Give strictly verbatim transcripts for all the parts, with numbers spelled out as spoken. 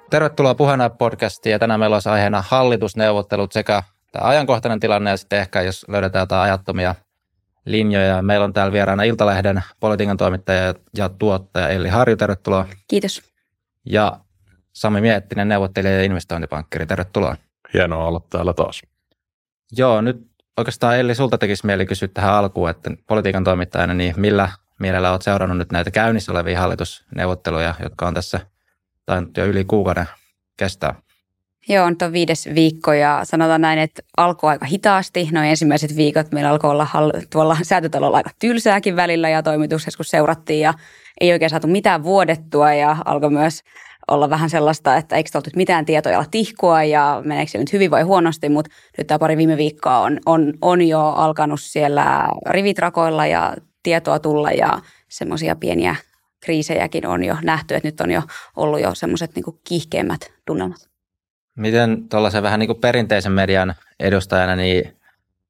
Tervetuloa Puheena-podcastiin ja tänään meillä olisi aiheena hallitusneuvottelut sekä tämä ajankohtainen tilanne ja sitten ehkä jos löydetään jotain ajattomia linjoja. Meillä on täällä vieraana Iltalehden politiikan toimittaja ja tuottaja Elli Harju, tervetuloa. Kiitos. Ja Sami Miettinen, neuvottelija ja investointipankkiri, tervetuloa. Hienoa olla täällä taas. Joo, nyt oikeastaan Elli, sulta tekisi mieli kysyä tähän alkuun, että politiikan toimittajana, niin millä mielellä olet seurannut nyt näitä käynnissä olevia hallitusneuvotteluja, jotka on tässä tainnut jo yli kuukauden kestää? Joo, nyt on viides viikko ja sanotaan näin, että alkoi aika hitaasti. Noin ensimmäiset viikot meillä alkoi olla tuolla Säätytalolla aika tylsääkin välillä ja toimituksessa kun seurattiin ja ei oikein saatu mitään vuodettua ja alkoi myös olla vähän sellaista, että eikö oltu mitään tietoja olla tihkua ja meneekö se nyt hyvin vai huonosti, mutta nyt tämä pari viime viikkoa on, on, on jo alkanut siellä rivitrakoilla ja tietoa tulla ja semmoisia pieniä kriisejäkin on jo nähty, että nyt on jo ollut jo semmoiset niin kuin kiihkeimmät tunnelmat. Miten tuollaisen vähän niin kuin perinteisen median edustajana, niin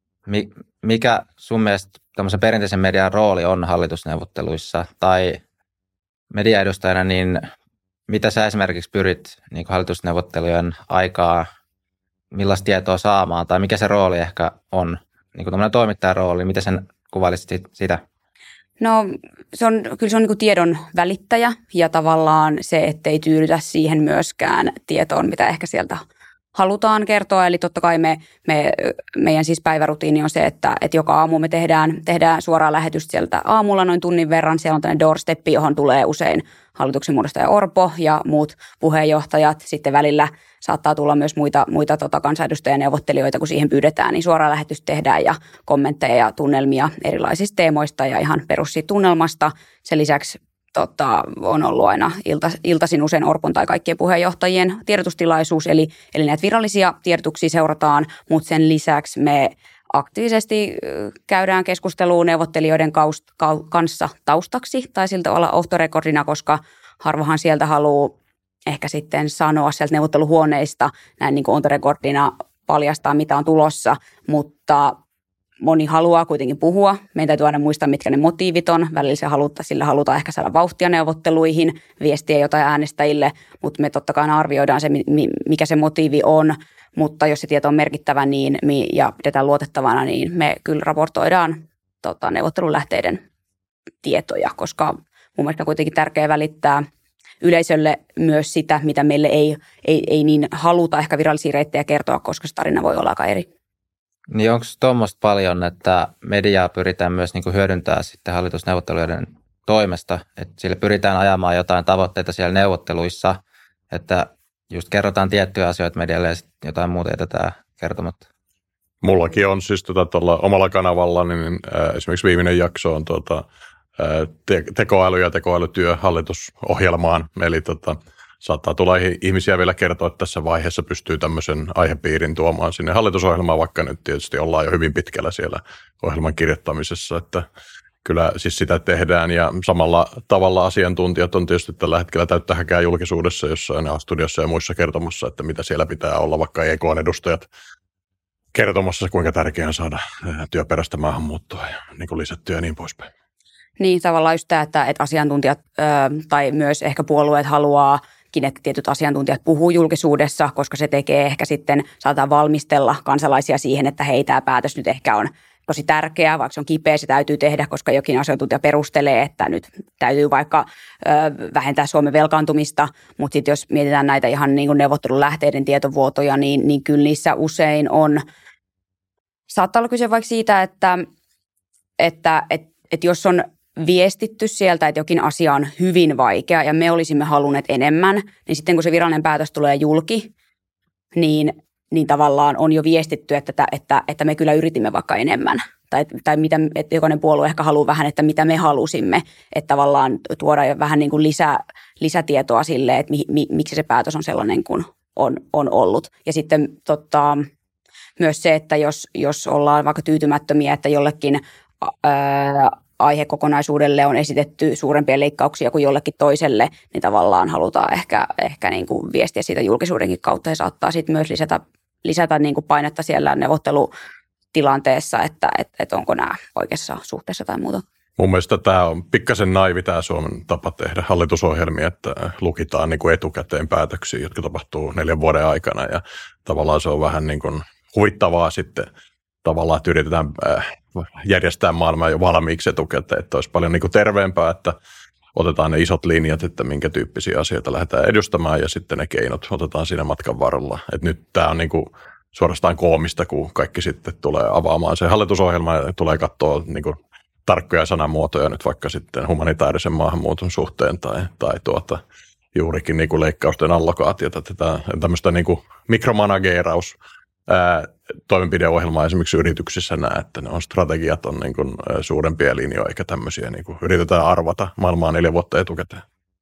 mikä sun mielestä tämmöisen perinteisen median rooli on hallitusneuvotteluissa tai mediaedustajana, niin mitä sä esimerkiksi pyrit niin kuin hallitusneuvottelujen aikaa, millaista tietoa saamaan tai mikä se rooli ehkä on, niin kuin tämmöinen toimittajan rooli, miten sen kuvailisit sitä? No se on, kyllä se on niin kuin tiedon välittäjä ja tavallaan se, ettei tyydytä siihen myöskään tietoon, mitä ehkä sieltä halutaan kertoa. Eli totta kai me, me, meidän siis päivärutiini on se, että, että joka aamu me tehdään, tehdään suoraa lähetystä sieltä aamulla noin tunnin verran. Siellä on tämmöinen doorstep, johon tulee usein hallituksen muodostaja Orpo ja muut puheenjohtajat. Sitten välillä saattaa tulla myös muita, muita tota, kansanedustajaneuvottelijoita, kun siihen pyydetään, niin suoraa lähetystä tehdään ja kommentteja ja tunnelmia erilaisista teemoista ja ihan perus siitä tunnelmasta. Sen lisäksi tota, on ollut aina ilta, iltaisin usein Orpon tai kaikkien puheenjohtajien tiedotustilaisuus, eli, eli näitä virallisia tiedotuksia seurataan, mutta sen lisäksi me aktiivisesti käydään keskustelua neuvottelijoiden kanssa taustaksi tai siltä olla off the recordina, koska harvahan sieltä haluaa ehkä sitten sanoa sieltä neuvotteluhuoneista näin niin kuin on the recordina paljastaa, mitä on tulossa, mutta moni haluaa kuitenkin puhua. Meidän täytyy aina muistaa, mitkä ne motiivit on. Välillä se haluta, sillä halutaan ehkä saada vauhtia neuvotteluihin, viestiä jotain äänestäjille, mutta me totta kai arvioidaan se, mikä se motiivi on. Mutta jos se tieto on merkittävä niin, ja pidetään luotettavana, niin me kyllä raportoidaan tota, neuvottelulähteiden tietoja, koska mun mielestä on kuitenkin tärkeää välittää yleisölle myös sitä, mitä meille ei, ei, ei niin haluta ehkä virallisia reittejä kertoa, koska se tarina voi olla aika eri. Niin onko tuommoista paljon, että mediaa pyritään myös niin kuin hyödyntämään sitten hallitusneuvotteluiden toimesta, että sille pyritään ajamaan jotain tavoitteita siellä neuvotteluissa, että just kerrotaan tiettyjä asioita medialle ja sitten jotain muuta jätetään kertomatta? Mullakin on siis tuota, tuolla omalla kanavalla, niin äh, esimerkiksi viimeinen jakso on tuota, äh, te- tekoäly ja tekoälytyö hallitusohjelmaan, eli tota, saattaa tulla ihmisiä vielä kertoa, että tässä vaiheessa pystyy tämmöisen aihepiirin tuomaan sinne hallitusohjelmaan, vaikka nyt tietysti ollaan jo hyvin pitkällä siellä ohjelman kirjoittamisessa, että kyllä siis sitä tehdään ja samalla tavalla asiantuntijat on tietysti tällä hetkellä täyttä häkää julkisuudessa, jossain A-studiossa ja muissa kertomassa, että mitä siellä pitää olla, vaikka E K:n edustajat kertomassa, kuinka tärkeää on saada työperäistä maahanmuuttoa ja niin kuin lisättyä ja niin poispäin. Niin tavallaan just tämä, että, että asiantuntijat ö, tai myös ehkä puolueet haluaa että tietyt asiantuntijat puhuu julkisuudessa, koska se tekee ehkä sitten, saattaa valmistella kansalaisia siihen, että hei, tämä päätös nyt ehkä on tosi tärkeää, vaikka se on kipeä, se täytyy tehdä, koska jokin asiantuntija perustelee, että nyt täytyy vaikka ö, vähentää Suomen velkaantumista, mutta sitten jos mietitään näitä ihan niin kuin neuvottelulähteiden tietovuotoja, niin, niin kyllä niissä usein on, saattaa olla kyse vaikka siitä, että, että et, et jos on viestitty sieltä, että jokin asia on hyvin vaikea ja me olisimme halunneet enemmän, niin sitten kun se virallinen päätös tulee julki, niin, niin tavallaan on jo viestitty, että, että, että me kyllä yritimme vaikka enemmän. Tai, tai mitä, että jokainen puolue ehkä haluaa vähän, että mitä me halusimme, että tavallaan tuoda vähän niin kuin lisä, lisätietoa sille, että mi, mi, miksi se päätös on sellainen kuin on, on ollut. Ja sitten tota, myös se, että jos, jos ollaan vaikka tyytymättömiä, että jollekin ää, aihekokonaisuudelle on esitetty suurempia leikkauksia kuin jollekin toiselle, niin tavallaan halutaan ehkä, ehkä niin kuin viestiä siitä julkisuudenkin kautta ja saattaa sitten myös lisätä, lisätä niin kuin painetta siellä neuvottelutilanteessa, että et, et onko nämä oikeassa suhteessa tai muuta. Mun mielestä tämä on pikkasen naivi tämä Suomen tapa tehdä hallitusohjelmia, että lukitaan niin kuin etukäteen päätöksiä, jotka tapahtuu neljän vuoden aikana ja tavallaan se on vähän niin kuin huvittavaa sitten tavallaan, että yritetään järjestää maailmaa jo valmiiksi etukäteen, että olisi paljon niin kuin terveempää, että otetaan ne isot linjat, että minkä tyyppisiä asioita lähdetään edustamaan ja sitten ne keinot otetaan siinä matkan varrella. Et nyt tämä on niin kuin suorastaan koomista, kun kaikki sitten tulee avaamaan se hallitusohjelma ja tulee katsoa niin kuin tarkkoja sanamuotoja nyt vaikka sitten humanitaarisen maahanmuuton suhteen tai, tai tuota, juurikin niin kuin leikkausten allokaatiota, tätä tämmöistä niin kuin mikromanageeraus ää, toimenpideohjelmaa esimerkiksi yrityksissä näe, että ne on strategiat on niin kuin suurempia linjoja eikä tämmöisiä niin kuin yritetään arvata maailmaa neljä vuotta etukäteen.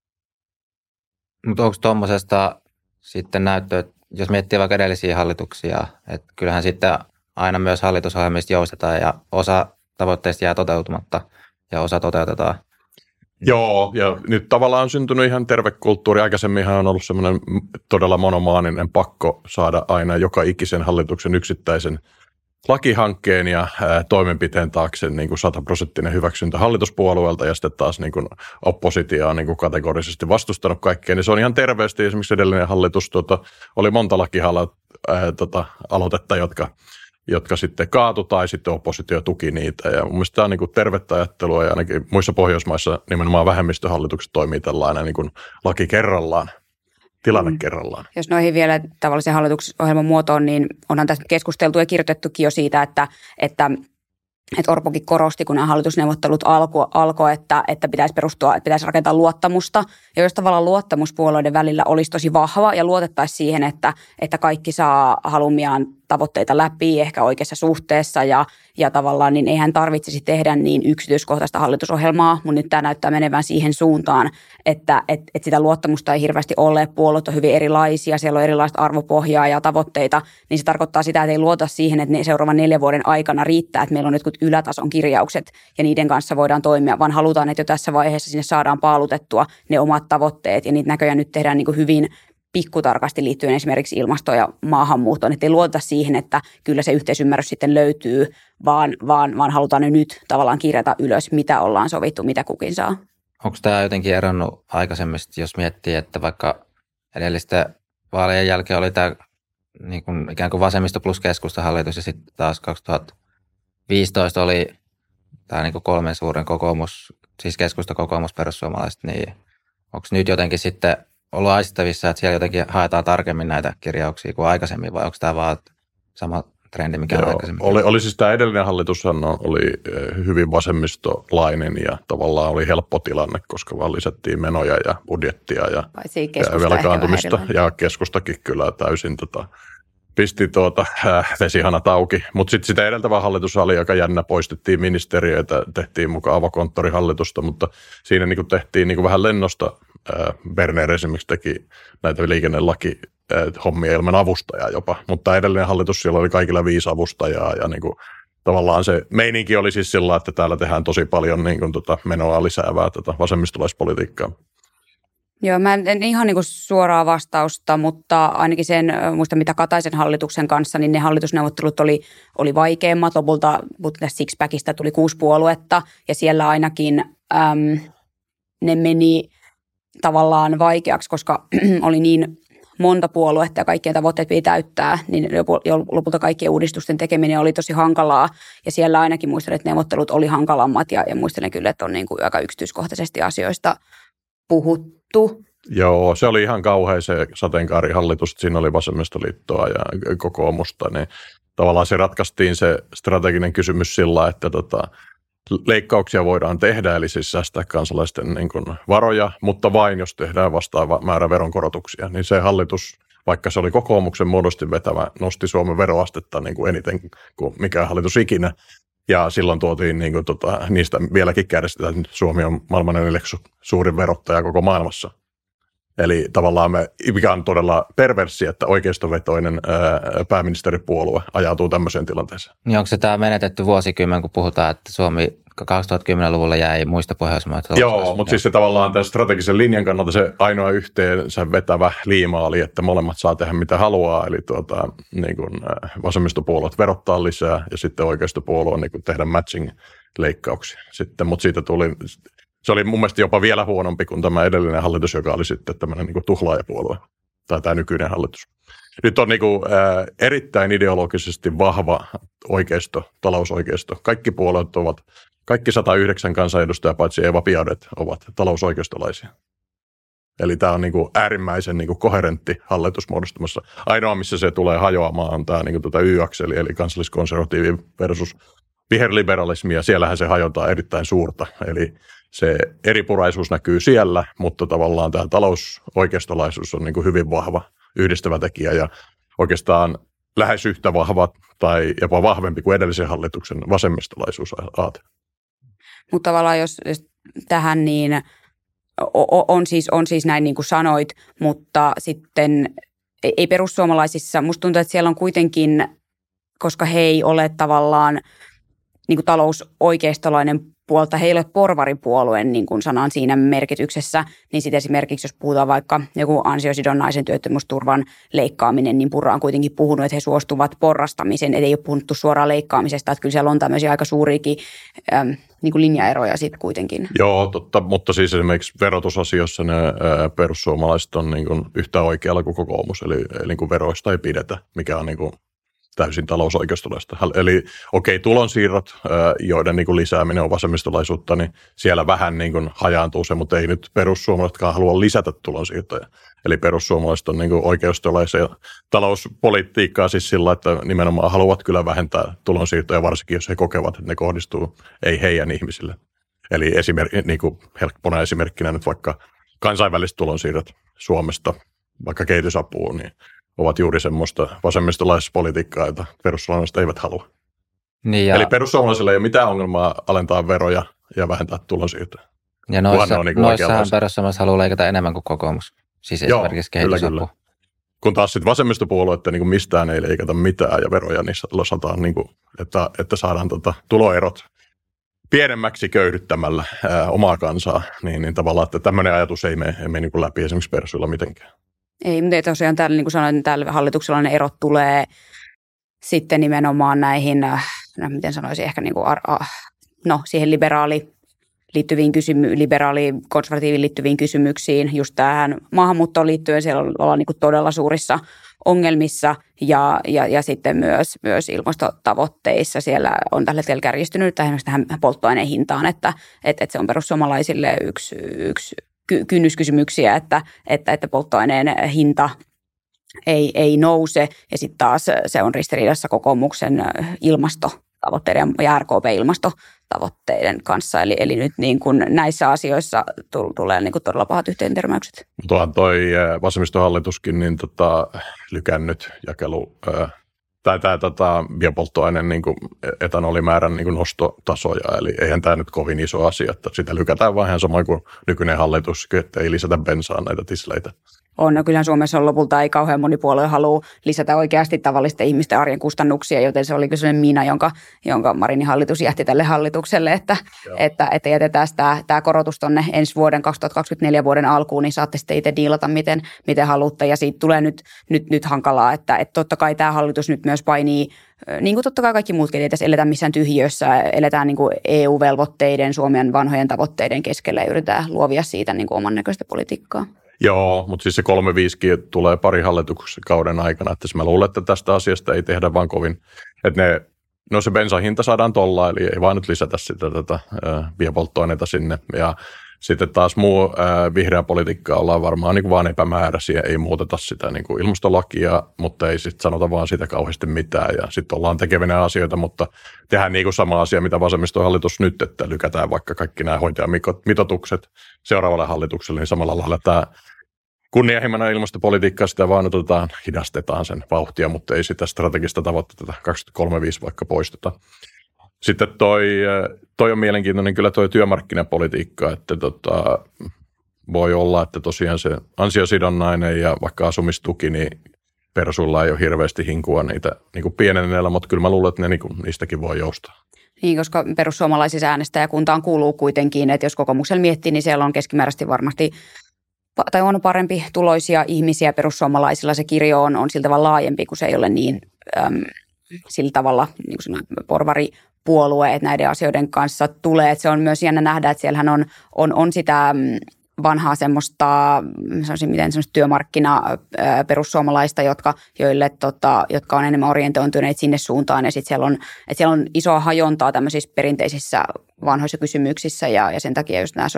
Mutta onko tuommoisesta sitten näyttöä, jos miettii vaikka edellisiä hallituksia, että kyllähän sitten aina myös hallitusohjelmista joustetaan ja osa tavoitteista jää toteutumatta ja osa toteutetaan. Joo, ja nyt tavallaan on syntynyt ihan terve kulttuuri. Aikaisemminhan on ollut semmoinen todella monomaaninen pakko saada aina joka ikisen hallituksen yksittäisen lakihankkeen ja ää, toimenpiteen taakse niin kuin sataprosenttinen hyväksyntä hallituspuolueelta ja sitten taas niin kuin oppositio on niin kuin kategorisesti vastustanut kaikkea. Niin se on ihan terveesti. Esimerkiksi edellinen hallitus tuota, oli monta lakialoitetta, jotka jotka sitten kaatu tai sitten oppositio tuki niitä. Ja mun mielestä tämä on niin kuin tervettä ajattelua ja ainakin muissa Pohjoismaissa nimenomaan vähemmistöhallitukset toimii tällainen niin kuin laki kerrallaan, tilanne mm. kerrallaan. Jos noihin vielä tavallisen hallitusohjelman muotoon, niin onhan tässä keskusteltu ja kirjoitettukin jo siitä, että, että että Orpokin korosti, kun nämä hallitusneuvottelut alkoi, alko, että, että pitäisi perustua, että pitäisi rakentaa luottamusta. Ja jos tavallaan luottamuspuolueiden välillä olisi tosi vahva ja luotettaisiin siihen, että, että kaikki saa halumiaan tavoitteita läpi ehkä oikeassa suhteessa ja, ja tavallaan niin eihän tarvitsisi tehdä niin yksityiskohtaista hallitusohjelmaa, mutta nyt tämä näyttää menevän siihen suuntaan, että et, et sitä luottamusta ei hirveästi ole, puolueet on hyvin erilaisia, siellä on erilaista arvopohjaa ja tavoitteita, niin se tarkoittaa sitä, että ei luota siihen, että ne seuraavan neljän vuoden aikana riittää, että meillä on jotkut ylätason kirjaukset ja niiden kanssa voidaan toimia, vaan halutaan, että jo tässä vaiheessa sinne saadaan paalutettua ne omat tavoitteet ja niitä näköjään nyt tehdään niin kuin hyvin pikkutarkasti liittyen esimerkiksi ilmastoon ja maahanmuuttoon, että ei luoteta siihen, että kyllä se yhteisymmärrys sitten löytyy, vaan, vaan, vaan halutaan ne nyt tavallaan kirjata ylös, mitä ollaan sovittu, mitä kukin saa. Onko tämä jotenkin eronnut aikaisemmista, jos miettii, että vaikka edellisten vaalien jälkeen oli tämä niin kuin ikään kuin vasemmisto plus keskustahallitus ja sitten taas kaksituhattaviisitoista oli tämä niin kuin kolmen suuren kokoomus, siis keskusta, kokoomus, perussuomalaiset, niin onko nyt jotenkin sitten ollut aistittavissa, että siellä jotenkin haetaan tarkemmin näitä kirjauksia kuin aikaisemmin, vai onko tämä vaan sama trendi, mikä on aikaisemmin? Oli, oli siis tämä edellinen hallitushan oli hyvin vasemmistolainen ja tavallaan oli helppo tilanne, koska vaan lisättiin menoja ja budjettia ja, ja velkaantumista ja keskustakin kyllä täysin tota, pisti tuota, äh, vesihanat auki. Mutta sitten sitä edeltävä hallitus oli aika jännä, poistettiin ministeriöitä, tehtiin mukaan avokonttorihallitusta, mutta siinä niinku tehtiin niinku vähän lennosta. Äh, Berner esimerkiksi teki näitä liikennelaki äh, hommia ilman avustajaa jopa, mutta edellinen hallitus siellä oli kaikilla viisi avustajaa ja niinku, tavallaan se meininki oli siis sillä, että täällä tehdään tosi paljon niinku, tota, menoa lisäävää tota, vasemmistolaispolitiikkaa. Joo, mä en ihan niin kuin suoraa vastausta, mutta ainakin sen, muista mitä Kataisen hallituksen kanssa, niin ne hallitusneuvottelut oli, oli vaikeimmat. Lopulta Sixpackista tuli kuusi puoluetta ja siellä ainakin äm, ne meni tavallaan vaikeaksi, koska oli niin monta puoluetta ja kaikkien tavoitteet piti täyttää, niin lopulta kaikkien uudistusten tekeminen oli tosi hankalaa. Ja siellä ainakin muistan, että neuvottelut oli hankalammat ja, ja muistan kyllä, että on niin kuin aika yksityiskohtaisesti asioista puhuttu. Joo, se oli ihan kauhea se sateenkaarihallitus, siinä oli vasemmistoliittoa ja kokoomusta, niin tavallaan se ratkaistiin se strateginen kysymys sillä, että tota, leikkauksia voidaan tehdä, eli siis säästää kansalaisten niin kuin varoja, mutta vain jos tehdään vastaava määrä veronkorotuksia, niin se hallitus, vaikka se oli kokoomuksen muodosti vetävä, nosti Suomen veroastetta niin kuin eniten kuin mikään hallitus ikinä. Ja silloin tuotiin niin kuin, tota, niistä vieläkin kärsitään, että Suomi on maailman neljäksi suurin verottaja koko maailmassa. Eli tavallaan me, mikä on todella perverssi, että oikeistovetoinen ää, pääministeripuolue ajautuu tämmöiseen tilanteeseen. Niin onko se tämä menetetty vuosikymmen, kun puhutaan, että Suomi kaksituhattakymmenluvulla jäi muista Pohjoismaista? Joo, mutta siis se tavallaan tämän strategisen linjan kannalta se ainoa yhteensä vetävä liima oli, että molemmat saa tehdä mitä haluaa, eli tuota, niin kuin vasemmistopuolueet verottaa lisää ja sitten oikeistopuolue niin kuin tehdä matching leikkauksia sitten, mutta siitä tuli, se oli mun mielestä jopa vielä huonompi kuin tämä edellinen hallitus, joka oli sitten tämmöinen niin kuin tuhlaajapuolue, tai tämä nykyinen hallitus. Nyt on niin kuin, ää, erittäin ideologisesti vahva oikeisto, talousoikeisto. Kaikki puolueet ovat, kaikki sata yhdeksän kansanedustajaa, paitsi Eva Biaudet, ovat talousoikeistolaisia. Eli tämä on niin kuin äärimmäisen niin kuin koherentti hallitus muodostumassa. Ainoa, missä se tulee hajoamaan, on tämä niin kuin tuota Y-akseli, eli kansalliskonservatiivi versus viherliberalismi, ja siellähän se hajotaan erittäin suurta. Eli se eripuraisuus näkyy siellä, mutta tavallaan tämä talousoikeistolaisuus on niin kuin hyvin vahva yhdistävä tekijä, ja oikeastaan lähes yhtä vahva tai jopa vahvempi kuin edellisen hallituksen vasemmistolaisuusaate. Mutta tavallaan jos, jos tähän niin on siis, on siis näin niin kuin sanoit, mutta sitten ei perussuomalaisissa, musta tuntuu, että siellä on kuitenkin, koska he ei ole tavallaan niin kuin talousoikeistolainen puolta, he ei ole porvaripuolueen niin kuin sanan siinä merkityksessä, niin sitten esimerkiksi jos puhutaan vaikka joku ansiosidonnaisen työttömyysturvan leikkaaminen, niin Purra on kuitenkin puhunut, että he suostuvat porrastamiseen, ei ole puhuttu suoraan leikkaamisesta, että kyllä siellä on tämmöisiä aika suuriakin äm, niin kuin linjaeroja sitten kuitenkin. Joo, totta, mutta siis esimerkiksi verotusasioissa ne ää, perussuomalaiset on niin kuin yhtä oikealla kuin kokoomus, eli, eli niin kuin veroista ei pidetä, mikä on niin kuin täysin talousoikeistolaista. Eli okei, okay, tulonsiirrot, joiden niin kuin lisääminen on vasemmistolaisuutta, niin siellä vähän niin kuin hajaantuu se, mutta ei nyt perussuomalaisetkaan halua lisätä tulonsiirtoja. Eli perussuomalaiset on niin kuin oikeistolaisia talouspolitiikkaa siis sillä, että nimenomaan haluavat kyllä vähentää tulonsiirtoja, varsinkin jos he kokevat, että ne kohdistuu ei heidän ihmisille. Eli esimerkki, niin kuin helppona esimerkkinä nyt vaikka kansainväliset tulonsiirrot Suomesta, vaikka kehitysapuun, niin ovat juuri semmoista vasemmistolaisesta politiikkaa, jota perussuomalaiset eivät halua. Niin ja eli perussuomalaisilla ei ole mitään ongelmaa alentaa veroja ja vähentää tulonsiirtoja. Ja noissa, niin noissahan perussuomalaiset haluaa leikata enemmän kuin kokoomus. Siis Joo, esimerkiksi kehitysapu. Kyllä, kyllä. Kun taas sitten vasemmistopuolueet niin mistään ei leikata mitään ja veroja, niin osataan, niin kuin, että, että saadaan tota, tuloerot pienemmäksi köyhdyttämällä ää, omaa kansaa. Niin, niin tavallaan, että tämmöinen ajatus ei mene, mene niin läpi esimerkiksi persuilla mitenkään. Ei, mutta tosiaan täällä, niin kuin sanoin, tällä hallituksella ne erot tulee sitten nimenomaan näihin, no, miten sanoisin, ehkä niin kuin, no, siihen liberaali liittyviin kysymy- liberaali konservatiiviin liittyviin kysymyksiin, just tähän maahanmuuttoon liittyen siellä ollaan niin kuin todella suurissa ongelmissa ja, ja, ja sitten myös, myös ilmastotavoitteissa siellä on tällä hetkellä kärjistynyt tähän, tähän polttoaineen hintaan, että, että, että se on perussuomalaisille yksi, yksi kynnyskysymyksiä, että, että, että polttoaineen hinta ei, ei nouse ja sitten taas se on ristiriidassa kokoomuksen ilmastotavoitteiden ja R K P-ilmastotavoitteiden kanssa. Eli, eli nyt niin kuin näissä asioissa tulee niin kuin todella pahat yhteentörmäykset. Tuohan toi vasemmistohallituskin niin tota, lykännyt jakelu tai tämä tota, biopolttoaineen niin kuin etanolimäärän niin kuin nostotasoja, eli eihän tämä nyt kovin iso asia, että sitä lykätään vähän samoin kuin nykyinen hallitus, että ei lisätä bensaan näitä tisleitä. On, no kyllähän Suomessa on lopulta ei kauhean moni puolue halua lisätä oikeasti tavallisten ihmisten arjen kustannuksia, joten se oli kyllä sellainen miina, jonka, jonka Marinin hallitus jätti tälle hallitukselle, että, että, että jätetään tämä, tämä korotus tuonne ensi vuoden kaksituhattakaksikymmentäneljä vuoden alkuun, niin saatte sitten itse diilata miten, miten haluatte. Ja siitä tulee nyt, nyt, nyt hankalaa, että, että totta kai tämä hallitus nyt myös painii, niin kuin totta kai kaikki muutkin, ei tässä eletä missään tyhjiössä, eletään niin kuin E U-velvoitteiden, Suomen vanhojen tavoitteiden keskellä ja yritetään luovia siitä niin kuin oman näköistä politiikkaa. Joo, mutta siis se kolme viisikin tulee pari hallituskauden aikana, että mä luulen, että tästä asiasta ei tehdä vaan kovin, että ne, no se bensan hinta saadaan tolla, eli ei vaan nyt lisätä sitä tätä äh, biopolttoaineita sinne, ja sitten taas muu äh, vihreä politiikka ollaan varmaan niin kuin vaan epämääräisiä, ei muuteta sitä niin kuin ilmastolakia, mutta ei sitten sanota vaan siitä kauheasti mitään, ja sitten ollaan tekevinä asioita, mutta tehdään niin kuin sama asia, mitä vasemmistohallitus nyt, että lykätään vaikka kaikki nämä hoitajamitoitukset seuraavalle hallitukselle, niin samalla lailla tämä kunnianhimoinen ilmastopolitiikka, sitä vaan otetaan, hidastetaan sen vauhtia, mutta ei sitä strategista tavoitteita kaksituhattakolmekymmentäviisi vaikka poisteta. Sitten toi, toi on mielenkiintoinen kyllä toi työmarkkinapolitiikka, että tota, voi olla, että tosiaan se ansiosidonnainen ja vaikka asumistuki, niin persuilla ei ole hirveästi hinkua niitä niin kuin pienenellä, mutta kyllä mä luulen, että ne, niin kuin, niistäkin voi joustaa. Niin, koska perussuomalaisissa äänestäjäkuntaan kuuluu kuitenkin, että jos kokoomuksella miettii, niin siellä on keskimääräisesti varmasti tai on parempi tuloisia ihmisiä perussuomalaisilla. Se kirjo on, on sillä tavalla laajempi, kun se ei ole niin äm, sillä tavalla niin kuin porvari puolue, että näiden asioiden kanssa tulee. Että se on myös jännä nähdä, että siellähän on, on, on sitä vanhaa semmoista, sanoisin miten semmoista työmarkkina perussuomalaista, jotka, joille, tota, jotka on enemmän orientoituneet sinne suuntaan. Ja sitten siellä on, että siellä on isoa hajontaa tämmöisissä perinteisissä vanhoissa kysymyksissä ja, ja sen takia just nämä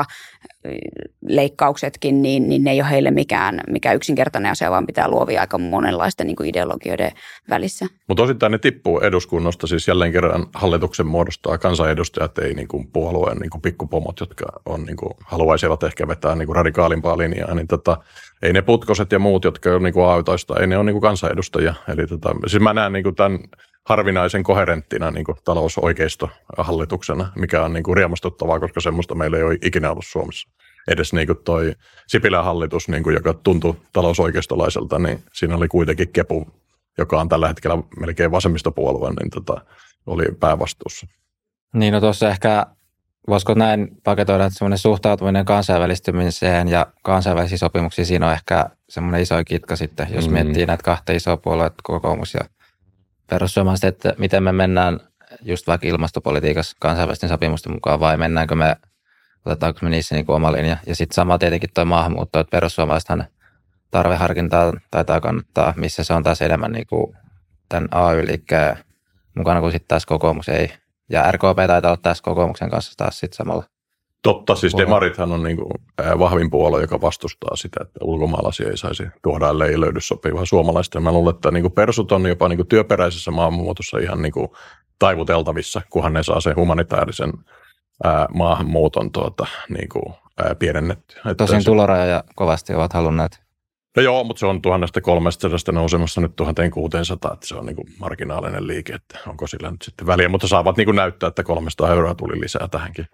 sosiaaliturvaleikkauksetkin, niin, niin ne ei ole heille mikään, mikään yksinkertainen asia, vaan pitää luovia aika monenlaisten niin kuin ideologioiden välissä. Mutta osittain ne tippuu eduskunnasta, siis jälleen kerran hallituksen muodostaa kansanedustajat, ei niin kuin puolueen niin kuin pikkupomot, jotka on, niin kuin, haluaisivat ehkä vetää niin kuin radikaalimpaa linjaa, niin tota, ei ne putkoset ja muut, jotka on niin kuin A Y-taista, ei ne ole niin kuin kansanedustajia. Eli tota, siis mä näen niin kuin tämän harvinaisen koherenttina niin kuin talousoikeistohallituksena, mikä on niin kuin riemastuttavaa, koska semmoista meillä ei ole ikinä ollut Suomessa. Edes niin kuin toi Sipilän hallitus, niin kuin, joka tuntui talousoikeistolaiselta, niin siinä oli kuitenkin Kepu, joka on tällä hetkellä melkein vasemmistopuolue, niin tota, oli päävastuussa. Niin, no tuossa ehkä, voisiko näin paketoida, että semmoinen suhtautuminen kansainvälistymiseen ja kansainvälisiin sopimuksiin, siinä on ehkä semmoinen iso kitka sitten, jos mm. miettii näitä kahta isoa puolueita, kokoomus ja perussuomalaiset, että miten me mennään just vaikka ilmastopolitiikassa kansainvälisten sopimusten mukaan vai mennäänkö me, otetaanko me niissä niin kuin oma linja. Ja sitten sama tietenkin tuo maahanmuutto, että perussuomalaisethan tarveharkintaa taitaa kannattaa, missä se on taas enemmän niin kuin tämän A Y-liikkeen mukana, kuin sitten taas kokoomus ei. Ja R K P taitaa olla tässä kokoomuksen kanssa taas sitten samalla. Totta, siis puolella. Demarithan on niin kuin vahvin puolue, joka vastustaa sitä, että ulkomaalaisia ei saisi tuoda, ellei ei löydy sopivaa suomalaista. Ja mä luulen, että niin kuin persut on jopa niin kuin työperäisessä maahanmuutossa ihan niin kuin taivuteltavissa, kunhan ne saa sen humanitaarisen ää, maahanmuuton tuota, niin kuin, ää, pienennettyä. Tosin tulorajoja kovasti ovat halunneet. No joo, mutta se on tuhatkolmesataa nousemassa nyt tuhatkuusisataa, että se on niin kuin marginaalinen liike, että onko sillä nyt sitten väliä. Mutta saavat niin kuin näyttää, että kolmesataa euroa tuli lisää tähänkin.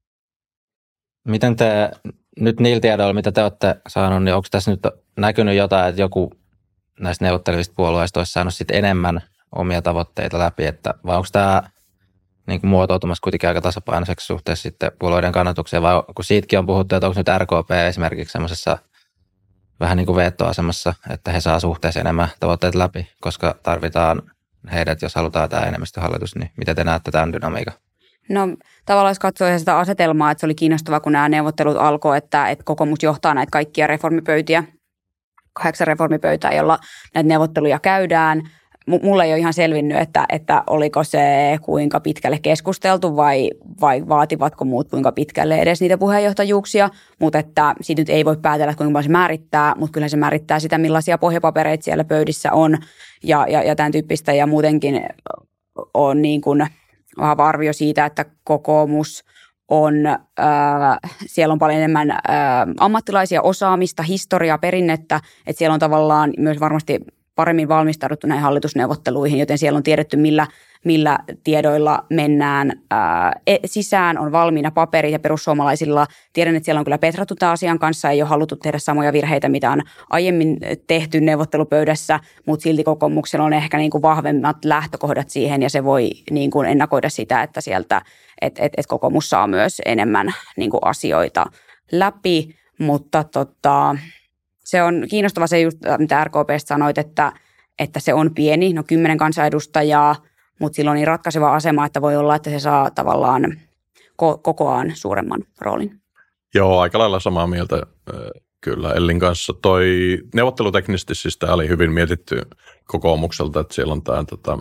Miten te nyt niillä tiedoilla, mitä te olette saaneet, niin onko tässä nyt näkynyt jotain, että joku näistä neuvottelevista puolueista olisi saanut sitten enemmän omia tavoitteita läpi, että vai onko tämä niin kuin muotoutumassa kuitenkin aika tasapainoiseksi suhteessa sitten puolueiden kannatukseen, vai kun siitäkin on puhuttu, että onko nyt R K P esimerkiksi semmoisessa vähän niin kuin veto-asemassa, että he saa suhteessa enemmän tavoitteita läpi, koska tarvitaan heidät, jos halutaan tämä enemmistöhallitus, niin miten te näette tämän dynamiikan? No tavallaan jos katsoo sitä asetelmaa, että se oli kiinnostavaa, kun nämä neuvottelut alkoi, että, että kokoomus johtaa näitä kaikkia reformipöytiä, kahdeksan reformipöytää, jolla näitä neuvotteluja käydään. Mulle ei ole ihan selvinnyt, että, että oliko se kuinka pitkälle keskusteltu vai, vai vaativatko muut kuinka pitkälle edes niitä puheenjohtajuuksia, mutta että siitä nyt ei voi päätellä, että kuinka paljon se määrittää, mutta kyllä se määrittää sitä, millaisia pohjapapereita siellä pöydissä on ja, ja, ja tämän tyyppistä ja muutenkin on niin kuin vahva arvio siitä, että kokoomus on, äh, siellä on paljon enemmän äh, ammattilaisia osaamista, historiaa, perinnettä, että siellä on tavallaan myös varmasti paremmin valmistauduttu näihin hallitusneuvotteluihin, joten siellä on tiedetty, millä, millä tiedoilla mennään ää, sisään, on valmiina paperit ja perussuomalaisilla. Tiedän, että siellä on kyllä petrattu tämän asian kanssa, ei ole haluttu tehdä samoja virheitä, mitä on aiemmin tehty neuvottelupöydässä, mutta silti kokoomuksella on ehkä niin kuin vahvemmat lähtökohdat siihen ja se voi niin kuin ennakoida sitä, että sieltä, että et, et kokoomus saa myös enemmän niin kuin asioita läpi, mutta tota... Se on kiinnostava se, just, mitä R K P:stä sanoit, että, että se on pieni, no kymmenen kansanedustajaa, mutta sillä on niin ratkaiseva asema, että voi olla, että se saa tavallaan ko- kokoaan suuremman roolin. Joo, aika lailla samaa mieltä kyllä Ellin kanssa. Toi neuvotteluteknisesti siis tämä oli hyvin mietitty kokoomukselta, että siellä on tämä tota,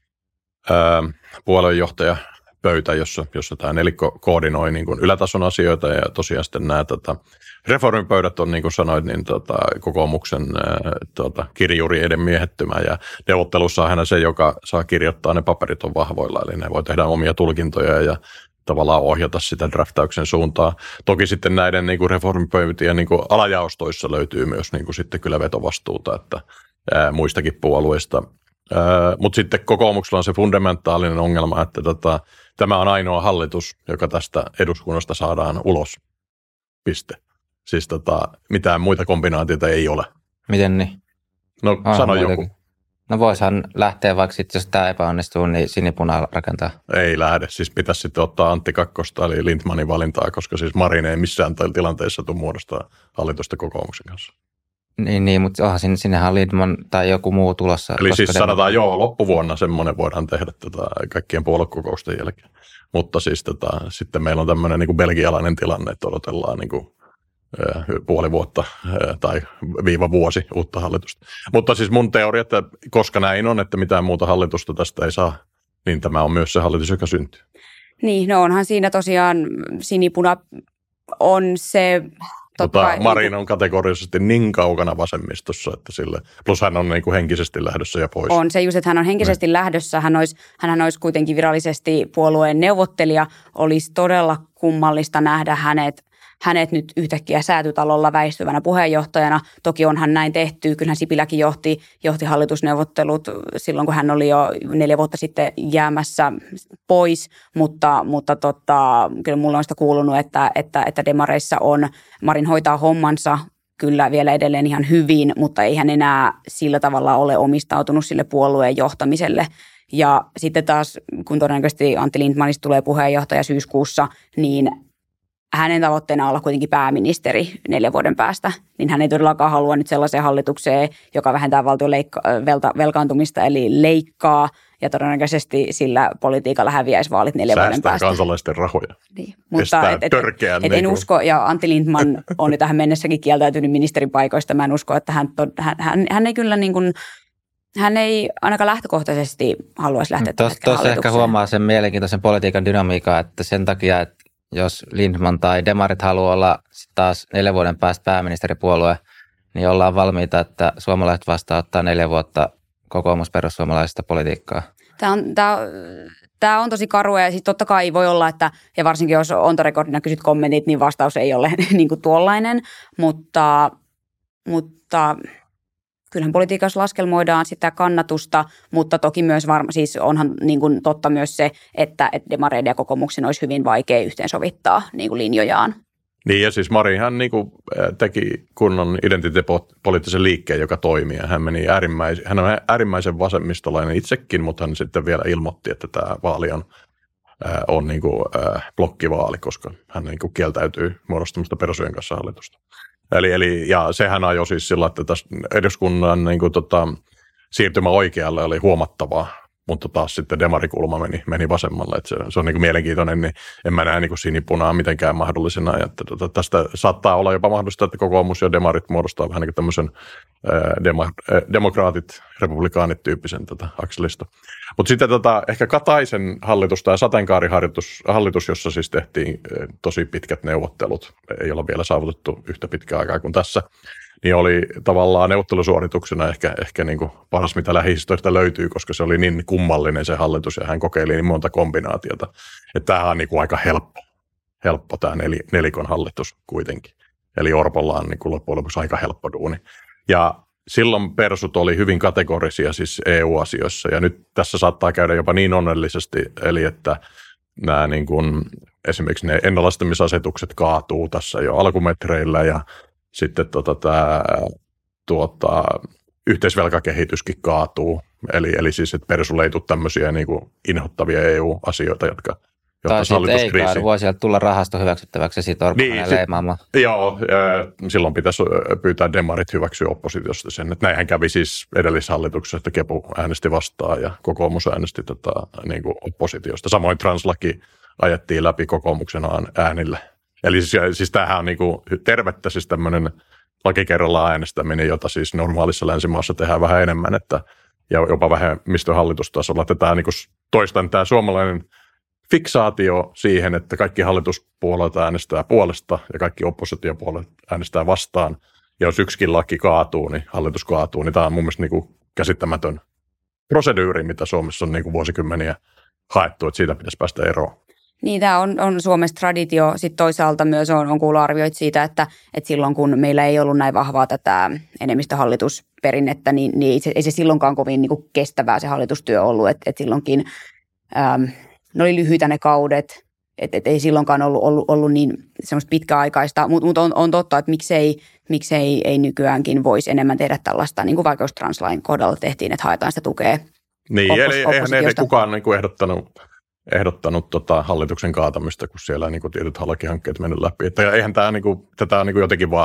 puolueenjohtaja pöytä, jossa, jossa tämä nelikko koordinoi niin kuin ylätason asioita ja tosiaan sitten nämä tota, reformipöydät on, niin kuin sanoit, niin tota, kokoomuksen ää, tota, kirjuriiden miehettymä ja neuvottelussa on aina se, joka saa kirjoittaa ne paperit on vahvoilla, eli ne voi tehdä omia tulkintoja ja tavallaan ohjata sitä draftauksen suuntaa. Toki sitten näiden niin kuin reformipöytien niin kuin alajaostoissa löytyy myös niin kuin sitten kyllä vetovastuuta, että ää, muistakin puolueista. Mutta sitten kokoomuksella on se fundamentaalinen ongelma, että tota, tämä on ainoa hallitus, joka tästä eduskunnasta saadaan ulos. Piste. Siis tota, mitään muita kombinaatioita ei ole. Miten niin? No ah, sano joku. No voisihan lähteä vaikka sitten, jos tämä epäonnistuu, niin sinipunaa rakentaa. Ei lähde. Siis pitäisi sitten ottaa Antti Kakkosta, eli Lindtmanin valintaa, koska siis Marin ei missään tilanteessa tule muodostaa hallitusta kokoomuksen kanssa. Niin, niin mutta onhan sinne, sinnehän on Lindtman tai joku muu tulossa. Eli siis sanotaan, joo, loppuvuonna semmoinen voidaan tehdä tätä kaikkien puoluekokousten jälkeen. Mutta siis tätä, sitten meillä on tämmöinen niin kuin belgialainen tilanne, että odotellaan niin kuin, äh, puoli vuotta äh, tai viiva vuosi uutta hallitusta. Mutta siis mun teoria, että koska näin on, että mitään muuta hallitusta tästä ei saa, niin tämä on myös se hallitus, joka syntyy. Niin, no onhan siinä tosiaan sinipuna on se... Mutta kai, Marin on kategorisesti niin kaukana vasemmistossa, että sille, plus hän on niin kuin henkisesti lähdössä ja pois. On se just, että hän on henkisesti ne. lähdössä. Hän olisi, hänhän olisi kuitenkin virallisesti puolueen neuvottelija. Olisi todella kummallista nähdä hänet, hänet nyt yhtäkkiä Säätytalolla väistyvänä puheenjohtajana. Toki onhan näin tehty. Kyllähän Sipiläkin johti, johti hallitusneuvottelut silloin, kun hän oli jo neljä vuotta sitten jäämässä pois. Mutta, mutta tota, kyllä mulla on sitä kuulunut, että, että, että demareissa on, Marin hoitaa hommansa kyllä vielä edelleen ihan hyvin, mutta ei hän enää sillä tavalla ole omistautunut sille puolueen johtamiselle. Ja sitten taas, kun todennäköisesti Antti Lindtmanista tulee puheenjohtaja syyskuussa, niin hänen tavoitteena olla kuitenkin pääministeri neljän vuoden päästä, niin hän ei todellakaan halua nyt sellaiseen hallitukseen, joka vähentää valtion leikka- velta- velkaantumista, eli leikkaa, ja todennäköisesti sillä politiikalla häviäisi vaalit neljän Säästää vuoden päästä. Säästää kansalaisten rahoja. Niin. Mutta et, et, törkeän, et, niin en usko, ja Antti Lindtman on nyt tähän mennessäkin kieltäytynyt ministeripaikoista. Mä en usko, että hän, hän, hän, hän ei kyllä niin kuin, hän ei ainakaan lähtökohtaisesti haluaisi lähteä tähän hallitukseen. Tuossa ehkä huomaa sen mielenkiintoisen politiikan dynamiikan, että sen takia, että jos Lindtman tai demarit haluaa olla taas neljän vuoden päästä pääministeripuolue, niin ollaan valmiita, että suomalaiset vastaanottaa neljä vuotta kokoomusperussuomalaisista politiikkaa. Tämä on, tämä, tämä on tosi karua ja siis totta kai voi olla, että ja varsinkin jos ontorekordina kysyt kommentit, niin vastaus ei ole niin kuin tuollainen, mutta, mutta kyllähän politiikassa laskelmoidaan sitä kannatusta, mutta toki myös varma, siis onhan niin kuin totta myös se, että, että demareiden ja kokoomuksen olisi hyvin vaikea yhteensovittaa niin kuin linjojaan. Niin ja siis Marinhan niin kuin teki kunnon identiteettipoliittisen liikkeen, joka toimii. Hän, meni äärimmäisen, hän on äärimmäisen vasemmistolainen itsekin, mutta hän sitten vielä ilmoitti, että tämä vaali on, on niin kuin blokkivaali, koska hän niin kuin kieltäytyy muodostamasta perussujen kanssa hallitusta. Eli, eli, ja sehän ajoi siis sillä, että tässä eduskunnan niin kuin, tota, siirtymä oikealle oli huomattavaa, mutta taas sitten demarikulma meni, meni vasemmalle. Että se, se on niin kuin mielenkiintoinen, niin en mä näe niin kuin sinipunaa mitenkään mahdollisena. Ja että, tota, tästä saattaa olla jopa mahdollista, että kokoomus ja demarit muodostaa vähän niin kuin tämmöisen ää, dema, ää, demokraatit, republikaanit tyyppisen tota, akselista. Mutta sitten tota, ehkä Kataisen hallitus tai sateenkaarihallitus, hallitus, jossa siis tehtiin ää, tosi pitkät neuvottelut, ei olla vielä saavutettu yhtä pitkää aikaa kuin tässä, niin oli tavallaan neuvottelusuorituksena ehkä, ehkä niin kuin paras, mitä lähihistoriasta löytyy, koska se oli niin kummallinen se hallitus ja hän kokeili niin monta kombinaatiota, että tämähän on niin kuin aika helppo, helppo tämä nel, nelikon hallitus kuitenkin. Eli Orpolla on niin kuin loppujen lopuksi aika helppo duuni. Ja silloin persut oli hyvin kategorisia siis E U-asioissa ja nyt tässä saattaa käydä jopa niin onnellisesti, eli että nämä niin kuin, esimerkiksi ne ennallistamisasetukset kaatuu tässä jo alkumetreillä ja sitten tota, tämä tuota, yhteisvelkakehityskin kaatuu, eli, eli siis, että persulle ei tule tämmöisiä niin kuin inhottavia E U-asioita, jotka tai sitten ei kaadu, voi sieltä tulla rahasto hyväksyttäväksi ja sitten Orpo niin, leimaamaan. Joo, silloin pitäisi pyytää demarit hyväksyä oppositiosta sen, että näinhän kävi siis edellishallituksessa, että Kepu äänesti vastaan ja kokoomus äänesti tota, niin kuin oppositiosta. Samoin translaki ajettiin läpi kokoomuksen äänillä. Eli siis, siis tämähän on niin kuin tervettä siis tämmöinen laki kerrallaan äänestäminen, jota siis normaalissa länsimaassa tehdään vähän enemmän, että, ja jopa vähemmistöhallitustasolla, että tämä niin kuin toistan tämä suomalainen fiksaatio siihen, että kaikki hallituspuolueet äänestää puolesta ja kaikki oppositiopuolueet äänestää vastaan, ja jos yksikin laki kaatuu, niin hallitus kaatuu, niin tämä on mun mielestä niin kuin käsittämätön proseduuri, mitä Suomessa on niin kuin vuosikymmeniä haettu, että siitä pitäisi päästä eroon. Niin, tämä on, on Suomessa traditio. Sitten toisaalta myös on, on kuullut arvioita siitä, että, että silloin kun meillä ei ollut näin vahvaa tätä enemmistöhallitusperinnettä, niin, niin ei se silloinkaan kovin niin kuin kestävää se hallitustyö ollut. Että et silloinkin äm, ne oli lyhyitä ne kaudet, että et ei silloinkaan ollut, ollut, ollut niin semmoista pitkäaikaista. Mutta mut on, on totta, että miksei, miksei ei nykyäänkin voisi enemmän tehdä tällaista, niin kuin vaikka jos translain kohdalla tehtiin, että haetaan sitä tukea. Niin, oppos, eli eihän ei kukaan niin kuin ehdottanut... ehdottanut tota hallituksen kaatamista, kun siellä niin kuin tietyt lakihankkeet mennyt läpi. Että eihän tämä, niin kuin, tätä niin kuin jotenkin vaan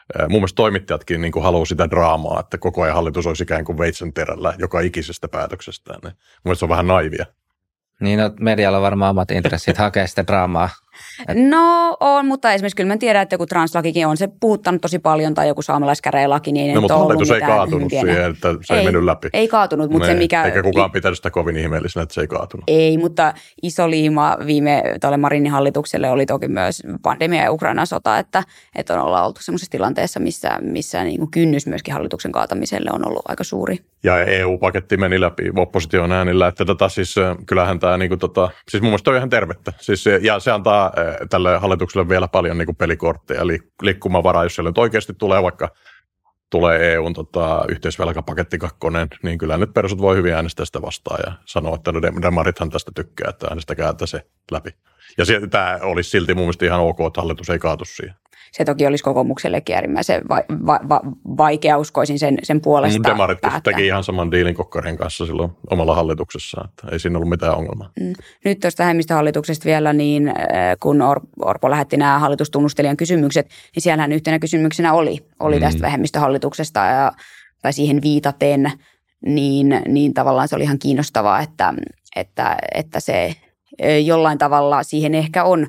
mun mielestä toimittajatkin niin kuin haluaa sitä draamaa, että koko ajan hallitus olisi ikään kuin veitsen terällä joka ikisestä päätöksestään. Mun mielestä se on vähän naivia. Niin, no, medialla on varmaan omat intressit hakea sitä draamaa. No on, mutta esimerkiksi kyllä mä tiedän, että joku translakikin on se puhuttanut tosi paljon, tai joku saamelaiskäräjälaki, niin ei no, mutta ollut hallitus ei kaatunut pieniä. siihen, että se ei, ei mennyt läpi. Ei kaatunut, mutta ne, se mikä... Eikä kukaan pitänyt sitä kovin ihmeellisenä, että se ei kaatunut. Ei, mutta iso liima viime tuolle Marinin hallitukselle oli toki myös pandemia ja Ukrainan sota, että, että on ollaan oltu sellaisessa tilanteessa, missä, missä niin kuin kynnys myöskin hallituksen kaatamiselle on ollut aika suuri. Ja E U-paketti meni läpi opposition äänillä, että tota, siis, kyllähän tämä, niin kuin, tota, siis mun mielestä on ihan tervettä. Siis, ja se antaa tälle hallitukselle vielä paljon niin kuin pelikortteja, eli liikkumavaraa, jos siellä nyt oikeasti tulee vaikka tulee E U:n tota, yhteisvelkapaketti kakkonen, niin kyllä nyt persut voi hyvin äänestää sitä vastaan ja sanoa, että no demarithan tästä tykkää, että äänestäkää se läpi. Ja se, tämä olisi silti mun mielestä ihan ok, että hallitus ei kaatu siihen. Se toki olisi kokoomuksellekin äärimmäisen va- va- va- vaikea, uskoisin sen, sen puolesta. Demarit teki ihan saman diilin Kokkarien kanssa silloin omalla hallituksessaan, että ei siinä ollut mitään ongelmaa. Mm. Nyt tuosta vähemmistöhallituksesta vielä, niin kun Or- Orpo lähetti nämä hallitustunnustelijan kysymykset, niin siellähän yhtenä kysymyksenä oli, oli tästä mm. vähemmistöhallituksesta ja, tai siihen viitaten, niin, niin tavallaan se oli ihan kiinnostavaa, että, että, että se jollain tavalla siihen ehkä on,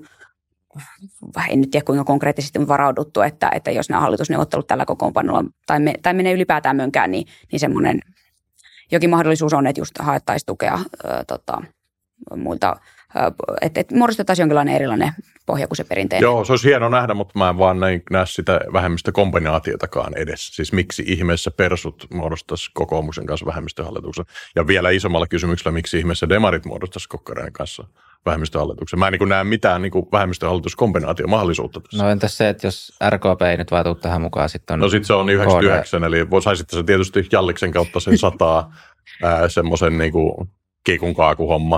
en nyt tiedä kuinka konkreettisesti varauduttu, että, että jos nämä hallitusneuvottelut tällä kokoonpanolla tai, me, tai menee ylipäätään mönkään, niin, niin semmoinen jokin mahdollisuus on, että just haettaisiin tukea ää, tota, muilta, että et muodostettaisiin jonkinlainen erilainen pohja kuin se perinteinen. Joo, se olisi hieno nähdä, mutta mä en vaan näe sitä vähemmistökombinaatiotakaan edes. Siis miksi ihmeessä persut muodostaisi kokoomuksen kanssa vähemmistöhallituksen? Ja vielä isommalla kysymyksellä, miksi ihmeessä demarit muodostaisi Kokkareen kanssa vähemmistöhallituksen? Mä en niin näe mitään niin vähemmistöhallituskombinaatiomahdollisuutta tässä. No entäs se, että jos R K P ei nyt vaan tule tähän mukaan, sitten on... No sitten se on yhdeksänkymmentäyhdeksän, eli saisitte se tietysti Jalliksen kautta sen sataa semmoisen niin kiikun kaakuhomma.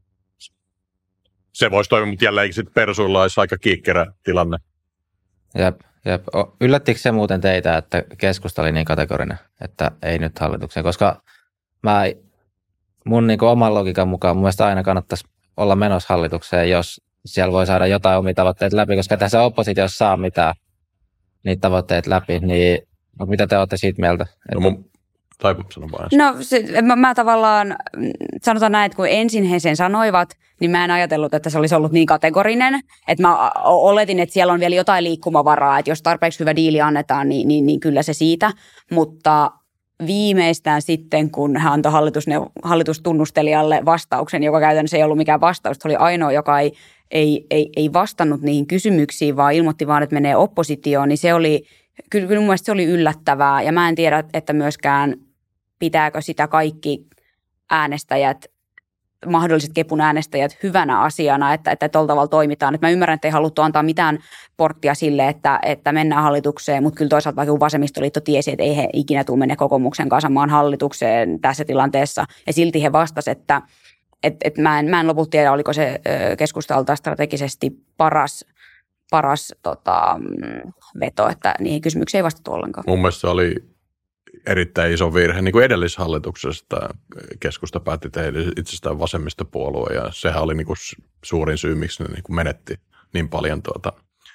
Se voisi toimia, mutta jälleen sitten persuilla olisi aika kiikkerä tilanne. Jep, jep. Yllättikö se muuten teitä, että keskusta oli niin kategorinen, että ei nyt hallitukseen? Koska mä, mun niin kuin oman logiikan mukaan mun mielestä aina kannattaisi olla menossa hallitukseen, jos siellä voi saada jotain omia tavoitteita läpi, koska tässä oppositiossa saa mitään niitä tavoitteita läpi, niin mitä te olette siitä mieltä? No mun... Tai sano vaan No se, mä, mä tavallaan, sanotaan näin, että kun ensin he sen sanoivat, niin mä en ajatellut, että se olisi ollut niin kategorinen. Että mä oletin, että siellä on vielä jotain liikkumavaraa, että jos tarpeeksi hyvä diili annetaan, niin, niin, niin kyllä se siitä. Mutta viimeistään sitten, kun hän antoi hallitustunnustelijalle vastauksen, joka käytännössä ei ollut mikään vastaus, se oli ainoa, joka ei, ei, ei, ei vastannut niihin kysymyksiin, vaan ilmoitti vaan, että menee oppositioon, niin se oli, kyllä, kyllä mun mielestä se oli yllättävää. Ja mä en tiedä, että myöskään pitääkö sitä kaikki äänestäjät, mahdolliset kepun äänestäjät hyvänä asiana, että, että tuolla tavalla toimitaan. Että mä ymmärrän, että ei haluttu antaa mitään porttia sille, että, että mennään hallitukseen, mutta kyllä toisaalta vaikka vasemmistoliitto tiesi, että ei he ikinä tule mennä kokoomuksen kanssa samaan hallitukseen tässä tilanteessa. Ja silti he vastasivat, että et, et mä, en, mä en lopulta tiedä, oliko se keskustalta strategisesti paras, paras tota, veto, että niihin kysymyksiin ei vastattu ollenkaan. Mun mielestä se oli erittäin iso virhe. Niin kuin edellishallituksesta keskusta päätti tehdä itsestään vasemmistopuolue, ja sehän oli niin kuin suurin syy, miksi ne niin kuin menetti niin paljon tuota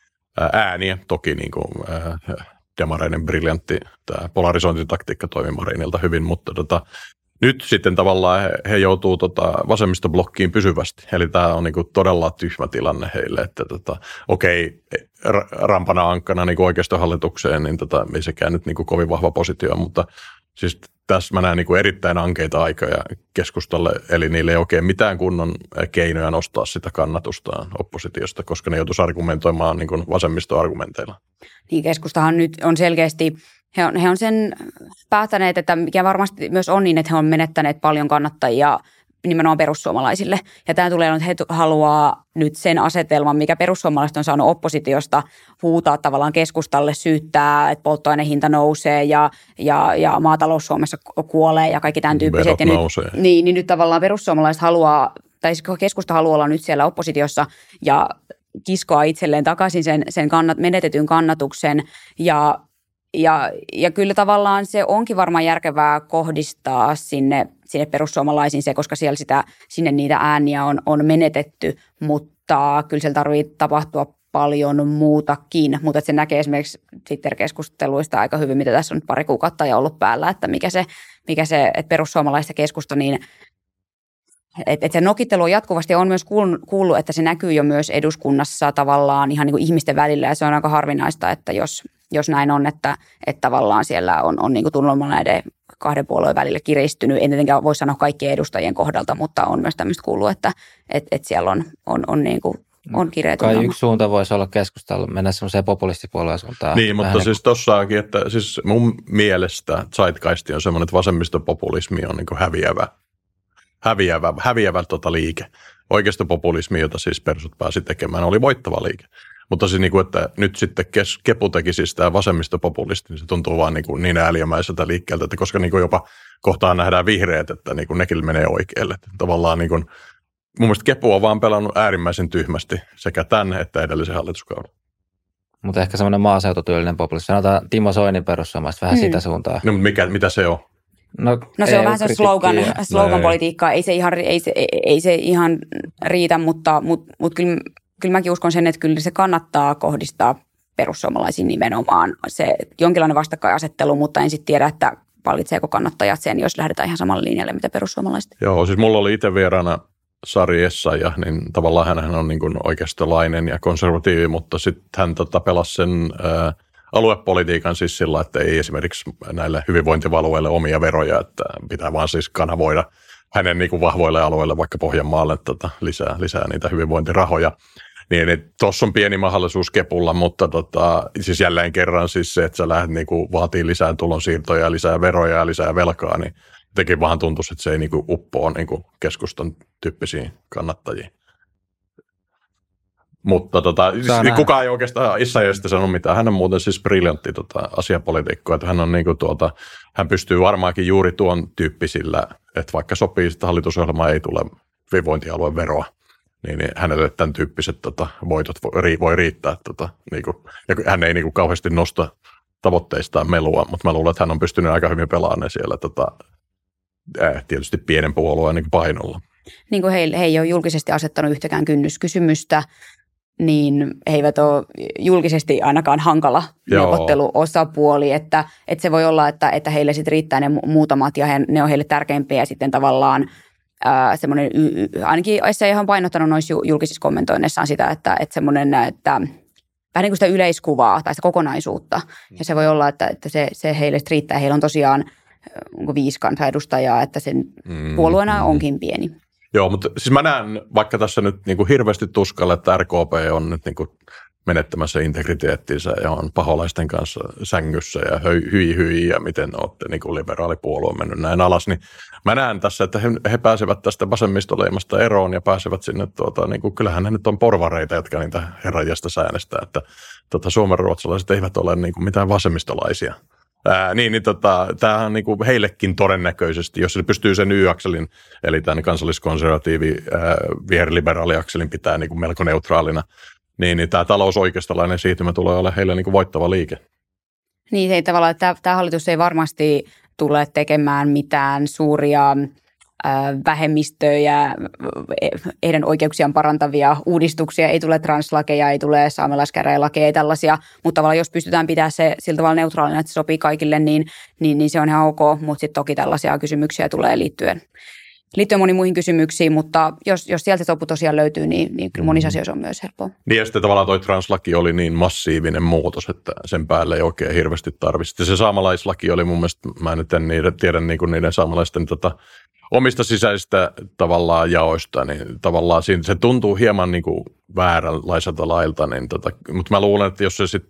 ääniä. Toki niin kuin, ää, demareiden briljantti tämä polarisointitaktiikka toimi Marinilta hyvin, mutta tota, nyt sitten tavallaan he, he joutuu tota vasemmistoblokkiin pysyvästi. Eli tämä on niinku todella tyhmä tilanne heille, että tota, okei, rampana ankkana niinku oikeistohallitukseen, niin tota, ei sekään nyt niinku kovin vahva positio, mutta siis tässä mä näen niinku erittäin ankeita aikoja keskustalle, eli niille ei oikein mitään kunnon keinoja nostaa sitä kannatustaan oppositiosta, koska ne joutuisi argumentoimaan niinku vasemmistoargumenteilla. Niin, keskustahan nyt on selkeästi... He on, he on sen päättäneet, että mikä varmasti myös on niin, että he on menettäneet paljon kannattajia nimenomaan perussuomalaisille. Ja tämä tulee, että he haluaa nyt sen asetelman, mikä perussuomalaiset on saanut oppositiosta, huutaa tavallaan keskustalle, syyttää, että polttoainehinta nousee ja, ja, ja maatalous Suomessa kuolee ja kaikki tämän tyyppiset. Ja nyt, niin, niin nyt tavallaan perussuomalaiset haluaa, tai keskusta haluaa olla nyt siellä oppositiossa ja kiskoa itselleen takaisin sen, sen kannat, menetetyn kannatuksen ja Ja, ja kyllä tavallaan se onkin varmaan järkevää kohdistaa sinne, sinne perussuomalaisiin se, koska siellä sitä, sinne niitä ääniä on, on menetetty, mutta kyllä siellä tarvitsee tapahtua paljon muutakin, mutta se näkee esimerkiksi Twitter-keskusteluista aika hyvin, mitä tässä on nyt pari kuukautta jo ollut päällä, että mikä se, mikä se että perussuomalaista keskusta, niin että et se nokittelu on jatkuvasti on myös kuullut, että se näkyy jo myös eduskunnassa tavallaan ihan niin kuin ihmisten välillä, ja se on aika harvinaista, että jos, jos näin on, että, että tavallaan siellä on, on niin kuin tunnelma näiden kahden puolueen välillä kiristynyt. En tietenkään voi sanoa kaikkien edustajien kohdalta, mutta on myös tämmöistä kuullut, että et, et siellä on, on, on, niin kuin, on kireä tunnelma. Kai yksi suunta voisi olla keskustella, mennä semmoiseen populistipuolueen suuntaan. Niin, mutta siis tossakin, että siis mun mielestä zeitgeist on semmoinen, että vasemmistopopulismi on niin kuin häviävä. häviävä, häviävä tota liike. Oikeistopopulismi, jota siis persut pääsi tekemään, oli voittava liike. Mutta siis niin kuin, että nyt sitten kes, Kepu teki siis tämä vasemmistopopulisti, niin se tuntuu vaan niin, kuin niin ääliömäiseltä liikkeeltä, että koska niin kuin jopa kohtaan nähdään vihreät, että niin kuin nekin menee oikealle. Että tavallaan niin kuin, mun mielestä Kepu on vaan pelannut äärimmäisen tyhmästi sekä tämän että edellisen hallituskauden. Mutta ehkä semmoinen maaseututyylinen populismi. Sanotaan Timo Soinin perussuomalaiset vähän hmm. sitä suuntaan. No, mutta mikä, mitä se on? No, no se on vähän se slogan, slogan-politiikkaa, ei se ihan, ei se, ei, ei se ihan riitä, mutta, mutta, mutta kyllä, kyllä mäkin uskon sen, että kyllä se kannattaa kohdistaa perussuomalaisiin nimenomaan. Se jonkinlainen vastakkainasettelu, mutta en sitten tiedä, että valitseeko kannattajat sen, jos lähdetään ihan samalle linjalle, mitä perussuomalaiset. Joo, siis mulla oli itse vieraana Sari Essayah, niin tavallaan hän on niin kuin oikeistolainen ja konservatiivi, mutta sitten hän tota pelasi sen ää, aluepolitiikan siis sillä, että ei esimerkiksi näille hyvinvointialueille omia veroja, että pitää vaan siis kanavoida hänen niin kuin vahvoille alueille, vaikka Pohjanmaalle tota, lisää, lisää niitä hyvinvointirahoja. Niin, niin tuossa on pieni mahdollisuus Kepulla, mutta tota, siis jälleen kerran siis se, että sä lähdet niin kuin vaatii lisää tulonsiirtoja, lisää veroja ja lisää velkaa, niin jotenkin vaan tuntuisi, että se ei niin kuin uppoa niin kuin keskustan tyyppisiin kannattajiin. Mutta tota, kukaan ei oikeastaan Essayahista sanonut mitään. Hän on muuten siis briljantti tota, asiapolitiikko, että hän on niinku tuota, hän pystyy varmaankin juuri tuon tyyppisillä, että vaikka sopii, että hallitusohjelma ei tule hyvinvointialueen veroa, niin, niin hänelle tämän tyyppiset tota, voitot voi, voi riittää. Tota, niinku, ja hän ei niinku kauheasti nosta tavoitteistaan melua, mutta mä luulen, että hän on pystynyt aika hyvin pelaamaan siellä tota, äh, tietysti pienen puolueen niin painolla. Niin kuin he, he ei ole julkisesti asettanut yhtäkään kynnyskysymystä, niin he eivät ole julkisesti ainakaan hankala neuvotteluosapuoli, että, että se voi olla, että, että heille sitten riittää ne muutamat ja he, ne on heille tärkeimpiä ja sitten tavallaan ää, semmoinen, ainakin Essayah on painottanut noissa julkisissa kommentoinneissaan sitä, että, että semmoinen, että vähän niin kuin sitä yleiskuvaa tai sitä kokonaisuutta ja se voi olla, että, että se, se heille riittää. Heillä on tosiaan viisi kansanedustajaa, että sen puolueena onkin pieni. Joo, mutta siis mä näen, vaikka tässä nyt niin kuin hirveästi tuskalla, että R K P on nyt niin kuin menettämässä integriteettinsä ja on paholaisten kanssa sängyssä ja hyi hyi, hyi ja miten olette niin kuin liberaalipuolue mennyt näin alas, niin mä näen tässä, että he, he pääsevät tästä vasemmistoleimasta eroon ja pääsevät sinne, tuota, niin kuin, kyllähän ne nyt on porvareita, jotka niitä herranjasta säänestää, että tuota, suomenruotsalaiset eivät ole niin kuin mitään vasemmistolaisia. Ää, niin, niin tota, tämähän on niin kuin heillekin todennäköisesti, jos se pystyy sen Y-akselin, eli tämän kansalliskonservatiivi ää, viherliberaali-akselin pitää niin kuin melko neutraalina, niin, niin tämä talousoikeistolainen siirtymä tulee olla heille niin kuin voittava liike. Niin, ei tavallaan, että tämä hallitus ei varmasti tule tekemään mitään suuria vähemmistöjä, heidän oikeuksiaan parantavia uudistuksia, ei tule translakeja, ei tule saamelaiskäräjälakeja, ei tällaisia, mutta tavallaan jos pystytään pitämään se sillä tavalla neutraalina, että se sopii kaikille, niin, niin, niin se on ihan ok, mutta sitten toki tällaisia kysymyksiä tulee liittyen, liittyen moniin muihin kysymyksiin, mutta jos, jos sieltä se sopu tosiaan löytyy, niin, niin kyllä monissa asioissa on myös helppoa. Niin ja sitten tavallaan toi translaki oli niin massiivinen muutos, että sen päälle ei oikein hirveästi tarvitse. Sitten se saamelaislaki oli mun mielestä, mä nyt en niiden, tiedä niin kuin niiden saamelaisten tota, omista sisäisistä tavallaan jaoista, niin tavallaan siinä, se tuntuu hieman niin kuin vääränlaiselta lailta, niin tota, mutta mä luulen, että jos se sitten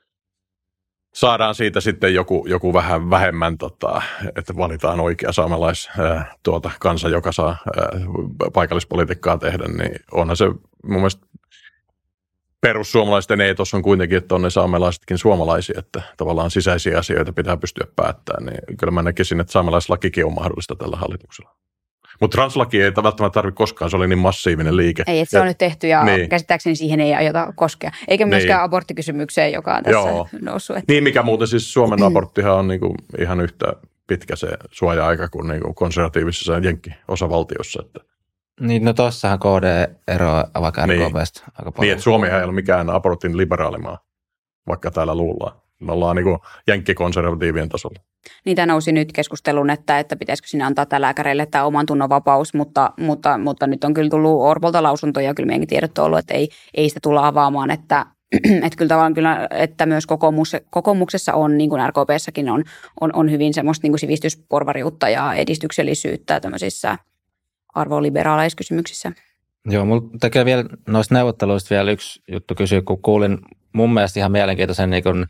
saadaan siitä sitten joku, joku vähän vähemmän, tota, että valitaan oikea saamelais ää, tuota, kansa, joka saa ää, paikallispolitiikkaa tehdä, niin onhan se mun mielestä perussuomalaisten eetos on kuitenkin, että on ne saamelaisetkin suomalaisia, että tavallaan sisäisiä asioita pitää pystyä päättämään, niin kyllä mä näkisin, että saamelaislakikin on mahdollista tällä hallituksella. Mutta translaki ei välttämättä tarvitse koskaan, se oli niin massiivinen liike. Ei, että se ja, on nyt tehty ja niin. Käsittääkseni siihen ei aiota koskea. Eikä myöskään niin. Aborttikysymykseen, joka on tässä Joo. noussut. Että... Niin, mikä muuten siis Suomen aborttihan on niinku ihan yhtä pitkä se suoja-aika kuin niinku konservatiivisessa jenkkiosavaltiossa. Että... Niin, no tossahan K D eroaa vaikka Niin. R K P:stä aika paljon. Niin, että Suomihan ei ole mikään abortin liberaalimaa, vaikka täällä luullaan. Me ollaan niin kuin jenkkikonservatiivien tasolla. Niitä nousi nyt keskustelun, että, että pitäisikö sinne antaa tämä lääkäreille tämä oman tunnon vapaus, mutta, mutta, mutta nyt on kyllä tullut Orpolta lausuntoja ja kyllä meidänkin tiedot on ollut, että ei, ei sitä tulla avaamaan, että, että kyllä tavallaan kyllä, että myös kokoomus, kokoomuksessa on, niin kuin R K P:ssäkin on, on, on hyvin semmoista niin kuin sivistysporvariutta ja edistyksellisyyttä tämmöisissä arvoliberaaleissa kysymyksissä. Joo, mulla tekee vielä noista neuvotteluista vielä yksi juttu kysyä, kun kuulin mun mielestä ihan mielenkiintoisen niin kuin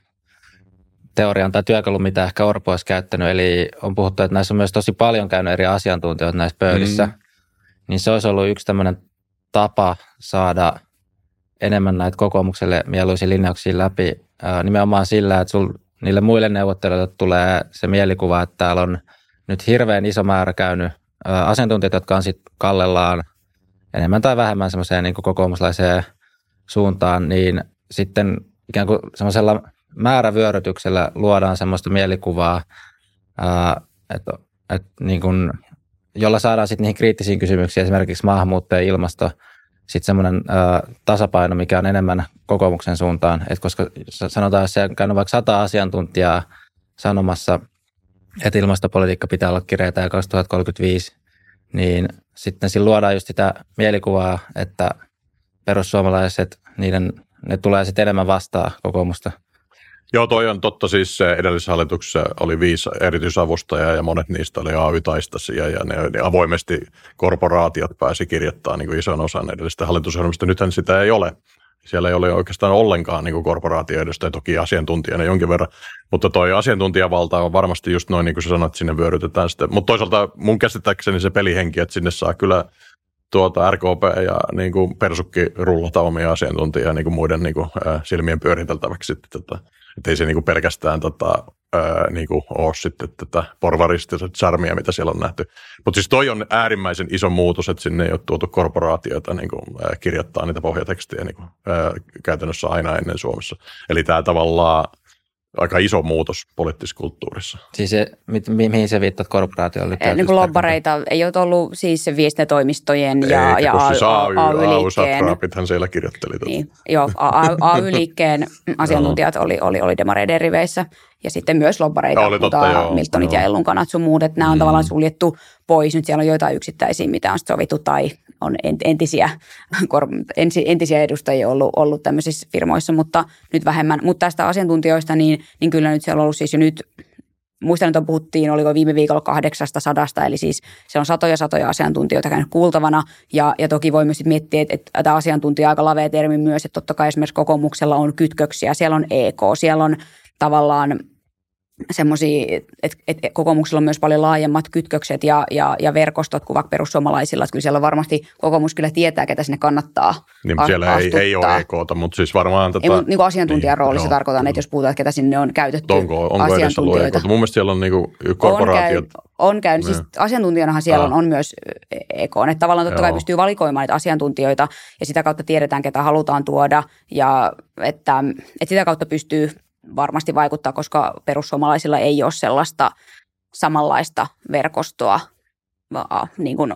teorian tai työkalun, mitä ehkä Orpo olisi käyttänyt. Eli on puhuttu, että näissä on myös tosi paljon käynyt eri asiantuntijoita näissä pöydissä. Mm. Niin se olisi ollut yksi tämmöinen tapa saada enemmän näitä kokoomukselle mieluisia linjauksia läpi. Ää, nimenomaan sillä, että sul, niille muille neuvottelijoille tulee se mielikuva, että täällä on nyt hirveän iso määrä käynyt ää, asiantuntijoita, jotka on sitten kallellaan enemmän tai vähemmän semmoiseen niin kuin kokoomuslaiseen suuntaan, niin sitten ikään kuin semmoisella määrävyörytyksellä luodaan semmoista mielikuvaa, ää, että, että niin kuin, jolla saadaan sitten niihin kriittisiin kysymyksiin, esimerkiksi maahanmuutto ja ilmasto, sitten semmoinen ää, tasapaino, mikä on enemmän kokoomuksen suuntaan. Et koska sanotaan, jos se on käynyt vaikka sata asiantuntijaa sanomassa, että ilmastopolitiikka pitää olla kireätä ja kaksituhattakolmekymmentäviisi, niin sitten sillä luodaan just sitä mielikuvaa, että perussuomalaiset, niiden, ne tulee sitten enemmän vastaan kokoomusta. Joo, toi on totta. Siis edellisessä hallituksessa oli viisi erityisavustajaa ja monet niistä oli A Y-taistaisia ja ne, ne avoimesti korporaatiot pääsi kirjoittamaan niin kuin ison osan edellistä hallitusohjelmista. Nythän sitä ei ole. Siellä ei ole oikeastaan ollenkaan niin kuin korporaatioedustajia, toki asiantuntijana jonkin verran, mutta toi asiantuntijavalta on varmasti just noin, niin kuin sä sanoit, että sinne vyörytetään sitä. Mutta toisaalta mun käsittääkseni se pelihenki, että sinne saa kyllä tuota R K P ja niin kuin persukki rullata omia asiantuntijaa niin kuin muiden niin kuin, äh, silmien pyöriteltäväksi. Tota, että ei se niin kuin pelkästään tota, äh, niin kuin ole sitten tätä porvaristista charmia, mitä siellä on nähty. Mutta siis toi on äärimmäisen iso muutos, että sinne ei ole tuotu korporaatioita niin kuin, äh, kirjoittaa niitä pohjatekstejä niin kuin, äh, käytännössä aina ennen Suomessa. Eli tämä tavallaan aika iso muutos poliittisessa kulttuurissa. Siis se, mi, mi, mihin se viittat korporaatioille? Niin kuin lobbareita ei ole ollut siis viestintätoimistojen ja, Eikä, ja A Y-liikkeen. Siellä kirjoitteli. Niin, joo, A Y-liikkeen asiantuntijat oli, oli, oli demareiden riveissä ja sitten myös lobbareita, mutta Miltonit ja Ellunkanat sun muut, että nämä on mm. tavallaan suljettu pois. Nyt siellä on joitain yksittäisiä, mitä on sovittu tai on entisiä, entisiä edustajia ollut, ollut tämmöisissä firmoissa, mutta nyt vähemmän. Mutta tästä asiantuntijoista, niin, niin kyllä nyt siellä on ollut siis jo nyt, muistan, että puhuttiin, oliko viime viikolla kahdeksasta sadasta, eli siis se on satoja satoja asiantuntijoita käynyt kuultavana, ja, ja toki voi myös miettiä, että, että tämä asiantuntija on aika lavea termi myös, että totta kai esimerkiksi kokoomuksella on kytköksiä, siellä on E K, siellä on tavallaan semmoisia, että, että kokoomuksella on myös paljon laajemmat kytkökset ja, ja, ja verkostot kuin vaikka perussuomalaisilla, että kyllä siellä on varmasti, kokoomus kyllä tietää, ketä sinne kannattaa niin, a- siellä ei, ei ole E K:ta, mutta siis varmaan tätä... Ei, mutta niin kuin asiantuntijan niin, roolissa tarkoitan, että jos puhutaan, että ketä sinne on käytetty onko, onko asiantuntijoita. Mun mielestä siellä on niin kuin korporaatiot. On käynyt, siis asiantuntijanahan siellä on, on myös E K, että tavallaan totta kai Joo. pystyy valikoimaan niitä asiantuntijoita ja sitä kautta tiedetään, ketä halutaan tuoda ja että, että sitä kautta pystyy varmasti vaikuttaa, koska perussuomalaisilla ei ole sellaista samanlaista verkostoa niin kuin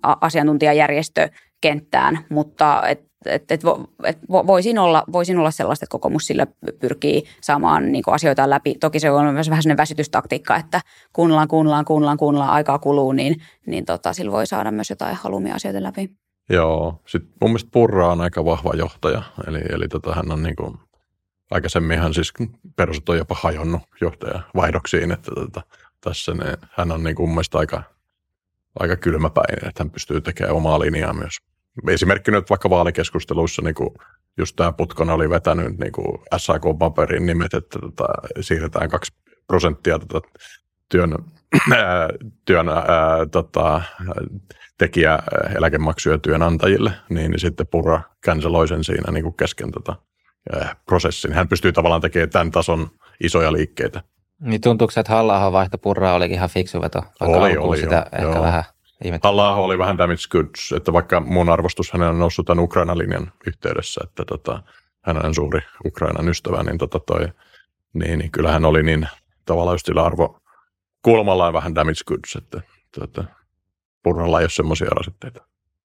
asiantuntijajärjestökenttään, mutta et, et, et, et voisin, olla, voisin olla sellaista, että kokoomus sillä pyrkii saamaan niin kuin asioita läpi. Toki se on myös vähän sellainen väsytystaktiikka, että kuunnellaan, kuunnellaan, kuunnellaan, kuunnellaan, aikaa kuluu, niin, niin tota, sillä voi saada myös jotain halumia asioita läpi. Joo, sitten mun mielestä Purra on aika vahva johtaja, eli, eli tota, hän on niin kuin aikaisemminhan siis perustat on jopa hajonnut johtajavaihdoksiin, että tota, tässä ne, hän on niin kuin mun mielestä aika, aika kylmäpäinen, että hän pystyy tekemään omaa linjaa myös. Esimerkki nyt vaikka vaalikeskusteluissa, niin kuin just tämä Putkonen oli vetänyt niin kuin S A K-paperin nimet, että tota, siirretään kaksi prosenttia tota, työn, ää, työn ää, tota, tekijäeläkemaksuja työnantajille, niin, niin sitten Purra canceloi sen siinä niin kuin kesken tota, prosessin. Hän pystyy tavallaan tekemään tämän tason isoja liikkeitä. Niin tuntuuko, että Halla-ahon vaihto Purraa olikin ihan fiksu veto? Oli, oli sitä jo, ehkä joo. vähän Halla-aho oli vähän damage goods, että vaikka mun arvostus hänen on noussut tämän Ukraina-linjan yhteydessä, että tota, hän on suuri Ukrainan ystävä, niin, tota toi, niin, niin kyllähän oli niin tavallaan just sillä arvo kulmallaan vähän damage goods, että tota, Purralla ei ole semmoisia rasitteita.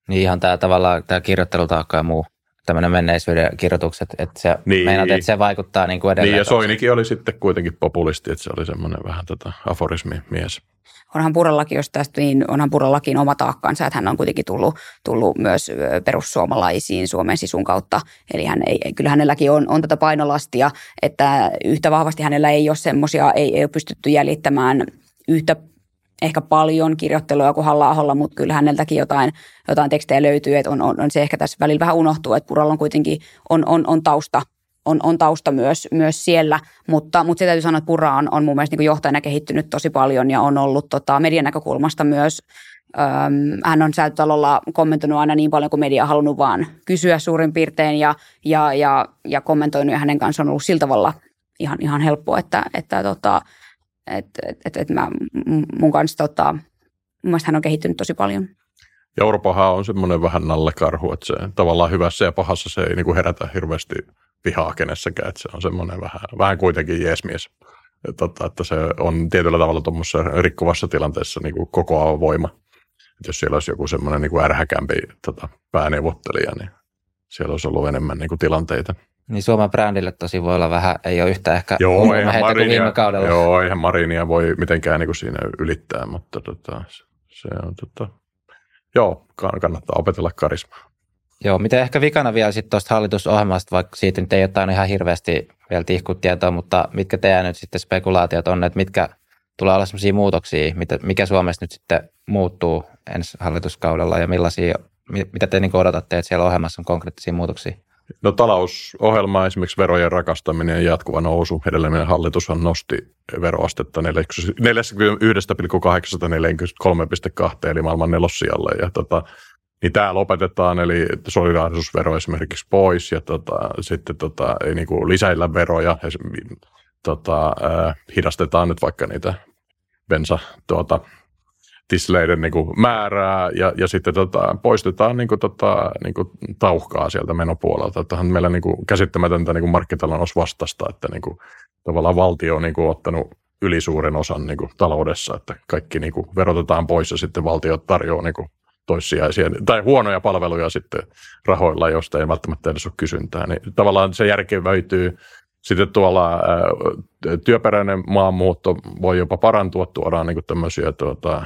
Niin ihan tämä tavallaan tämä kirjoittelutaakka ja muu, tämmöinen menneisyyden kirjoitukset, että se niin. Meinaat, että se vaikuttaa niin kuin edelleen. Niin ja Soinikin oli sitten kuitenkin populisti, että se oli semmoinen vähän tätä aforismimies. Onhan Purrallakin, jos tästä, niin onhan Purrallakin oma taakkansa, että hän on kuitenkin tullut, tullut myös perussuomalaisiin Suomen sisun kautta. Eli hän ei, kyllä hänelläkin on, on tätä painolastia, että yhtä vahvasti hänellä ei ole semmoisia, ei, ei ole pystytty jäljittämään yhtä ehkä paljon kirjoittelua kuin Halla-aholla, mutta kyllä häneltäkin jotain, jotain tekstejä löytyy, että on, on, on se ehkä tässä välillä vähän unohtuu, että Purralla on kuitenkin on, on, on tausta. On, on tausta myös, myös siellä, mutta, mutta se täytyy sanoa, että Purra on, on mun mielestä niin johtajana kehittynyt tosi paljon ja on ollut tota, median näkökulmasta myös. Öm, hän on Säätytalolla kommentoinut aina niin paljon kuin media on halunnut vaan kysyä suurin piirtein ja, ja, ja, ja kommentoinut ja hänen kanssaan on ollut sillä tavalla ihan, ihan helppoa, että, että tota, et, et, et, et mä, mun kanssa tota, mun mielestä hän on kehittynyt tosi paljon. Ja Orpohan on semmoinen vähän nallekarhu, että se tavallaan hyvässä ja pahassa se ei niinku herätä hirveästi vihaa kenessäkään, että se on semmoinen vähän, vähän kuitenkin jeesmies. Että, että se on tietyllä tavalla tuommoisessa rikkuvassa tilanteessa niin kuin kokoava voima. Että jos siellä olisi joku semmoinen niin kuin ärhäkämpi tota, pääneuvottelija, niin siellä olisi ollut enemmän niin kuin tilanteita. Niin Suomen brändille tosi voi olla vähän, ei ole yhtä ehkä joo, eihän Marinia, viime kaudella. Joo, eihän Marinia voi mitenkään niin kuin siinä ylittää, mutta tota, se on tota, joo, kannattaa opetella karismaa. Joo, miten ehkä vikana vielä sitten tuosta hallitusohjelmasta, vaikka siitä nyt ei ole ihan hirveästi vielä tihkutietoa, mutta mitkä teidän nyt sitten spekulaatiot on, että mitkä tulee olla sellaisia muutoksia, mikä Suomessa nyt sitten muuttuu ensi hallituskaudella ja millaisia, mitä te niin odotatte, että siellä ohjelmassa on konkreettisia muutoksia? No talousohjelma, esimerkiksi verojen rakastaminen ja jatkuva nousu. Edellinen hallitushan nosti veroastetta neljäkymmentäyksi pilkku kahdeksan neljäkymmentäkolme pilkku kaksi eli maailman nelossijalle ja tota, niin tämä lopetetaan, eli solidaarisuusvero esimerkiksi pois ja tota, sitten tota, ei niinku lisäillä veroja, ja, tota, äh, hidastetaan nyt vaikka niitä bensa tuota, tisleiden niinku määrää ja, ja sitten tota, poistetaan niinku, tota, niinku, tauhkaa sieltä menopuolelta. Tähän meillä niinku, käsittämätöntä niinku, markkitalous vastasta, että niinku, tavallaan valtio on niinku, ottanut ylisuuren osan niinku, taloudessa, että kaikki niinku, verotetaan pois ja sitten valtio tarjoaa niinku, toissijaisia tai huonoja palveluja sitten rahoilla, joista ei välttämättä edes ole kysyntää. Niin tavallaan se järkevöityy. Sitten tuolla ää, työperäinen maahanmuutto voi jopa parantua, tuodaan niin kuin tämmöisiä tuota,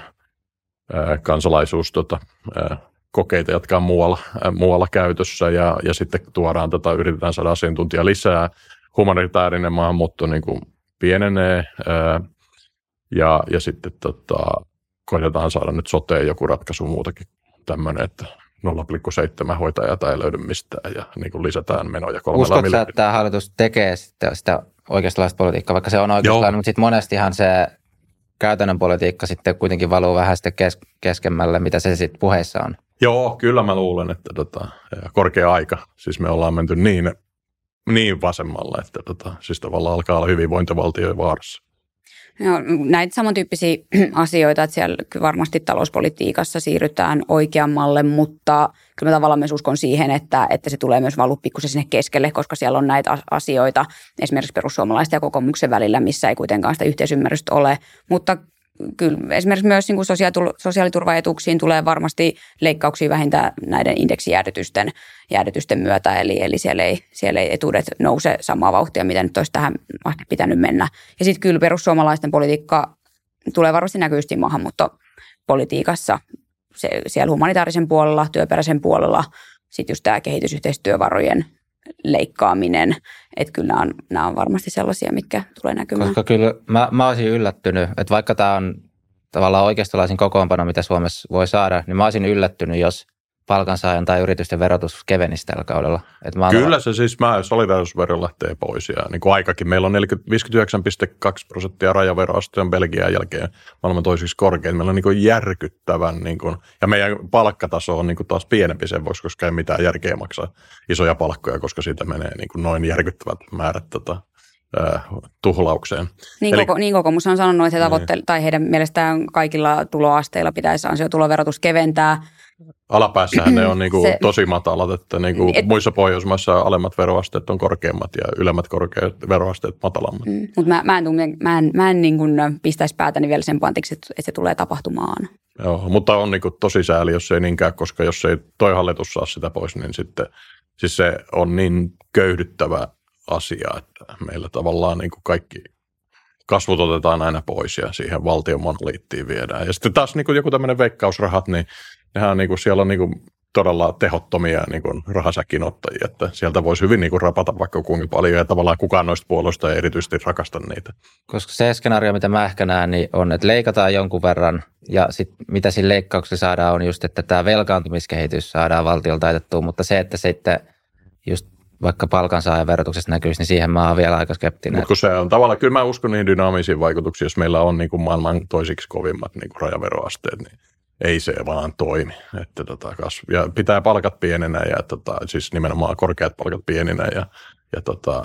ää, kansalaisuus tota, ää, kokeita, jotka on muualla, ää, muualla käytössä ja, ja sitten tuodaan tätä, yritetään saada asiantuntija lisää. Humanitaarinen maahanmuutto niin kuin pienenee ää, ja, ja sitten tota, koitetaan saada nyt soteen joku ratkaisu muutakin tämmöinen, että nolla pilkku seitsemän hoitajaa ei löydy mistään ja niin kuin lisätään menoja kolmella Uskotko miljardilla. Uskotko, että tämä hallitus tekee sitä, sitä oikeistolaista politiikkaa, vaikka se on oikeistolainen, mutta sitten monestihan se käytännön politiikka sitten kuitenkin valuu vähän sitten kes- keskemmälle, mitä se sitten puheissa on. Joo, kyllä mä luulen, että tota, korkea aika. Siis me ollaan menty niin, niin vasemmalle, että tota, siis tavallaan alkaa olla hyvinvointivaltio vaarassa. No, näitä samantyyppisiä asioita, että siellä varmasti talouspolitiikassa siirrytään oikeammalle, mutta kyllä mä tavallaan myös uskon siihen, että, että se tulee myös valua pikkusen sinne keskelle, koska siellä on näitä asioita esimerkiksi perussuomalaisten ja kokoomuksen välillä, missä ei kuitenkaan sitä yhteisymmärrystä ole, mutta kyllä esimerkiksi myös niin kuin sosiaaliturvaetuuksiin tulee varmasti leikkauksia vähintään näiden indeksijäädytysten jäädytysten myötä, eli, eli siellä, ei, siellä ei etuudet nouse samaa vauhtia, miten nyt olisi tähän asti pitänyt mennä. Ja sitten kyllä perussuomalaisten politiikka tulee varmasti näkyvästi maahanmuuttopolitiikassa, se, siellä humanitaarisen puolella, työperäisen puolella, sitten just tämä kehitysyhteistyövarojen leikkaaminen, että kyllä nämä on, nämä on varmasti sellaisia, mitkä tulee näkymään. Koska kyllä mä, mä olisin yllättynyt, että vaikka tämä on tavallaan oikeistolaisin kokoonpano, mitä Suomessa voi saada, niin mä olisin yllättynyt, jos palkansaajan tai yritysten verotus kevenisi tällä kaudella. Että mä kyllä se siis, mä solidaarisuusvero lähtee pois ja niin kuin aikakin. Meillä on viisikymmentäyhdeksän pilkku kaksi prosenttia rajaveroaste on Belgian jälkeen maailman toisiksi korkein. Meillä on niin kuin järkyttävän, niin kuin, ja meidän palkkataso on niin kuin taas pienempi sen vuoksi, koska ei mitään järkeä maksaa isoja palkkoja, koska siitä menee niin kuin noin järkyttävät määrät tota, äh, tuhlaukseen. Niin, Eli, koko, niin kokoomus on sanonut, että he tavoitte- tai heidän mielestään kaikilla tuloasteilla pitäisi ansiotuloverotus keventää. Alapäässähän ne on niinku Se- tosi matalat, että niinku Et- muissa Pohjoismaissa alemmat veroasteet on korkeammat ja ylemmät korkeat veroasteet matalammat. Mm, mutta mä, mä en, tunne- mä en, mä en niin kuin pistäisi päätäni vielä sen pantiksi, että, että se tulee tapahtumaan. Joo, mutta on niinku tosi sääli, jos ei niinkään, koska jos ei toi hallitus saa sitä pois, niin sitten siis se on niin köyhdyttävä asia, että meillä tavallaan niinku kaikki kasvut otetaan aina pois ja siihen valtion monoliittiin viedään. Ja sitten taas niinku joku tämmöinen veikkausrahat, niin nehän on niinku, siellä on niinku todella tehottomia niinku rahasäkinottajia, että sieltä voisi hyvin niinku rapata vaikka kuinka paljon ja tavallaan kukaan noista puolueista ei erityisesti rakasta niitä. Koska se skenaario, mitä mä ehkä näen, niin on, että leikataan jonkun verran ja sitten mitä siinä leikkauksessa saadaan on just, että tämä velkaantumiskehitys saadaan valtiolta taitettua, mutta se, että sitten just vaikka palkansaajan verotuksessa näkyisi, niin siihen mä oon vielä aika skeptinen. Mutta kun se on tavallaan, kyllä mä uskon niihin dynaamisiin vaikutuksiin, jos meillä on niinku maailman toisiksi kovimmat niinku rajaveroasteet, niin ei se vaan toimi. Että tota, kasv- ja pitää palkat pienenä ja tota, siis nimenomaan korkeat palkat pieninä ja, ja tota,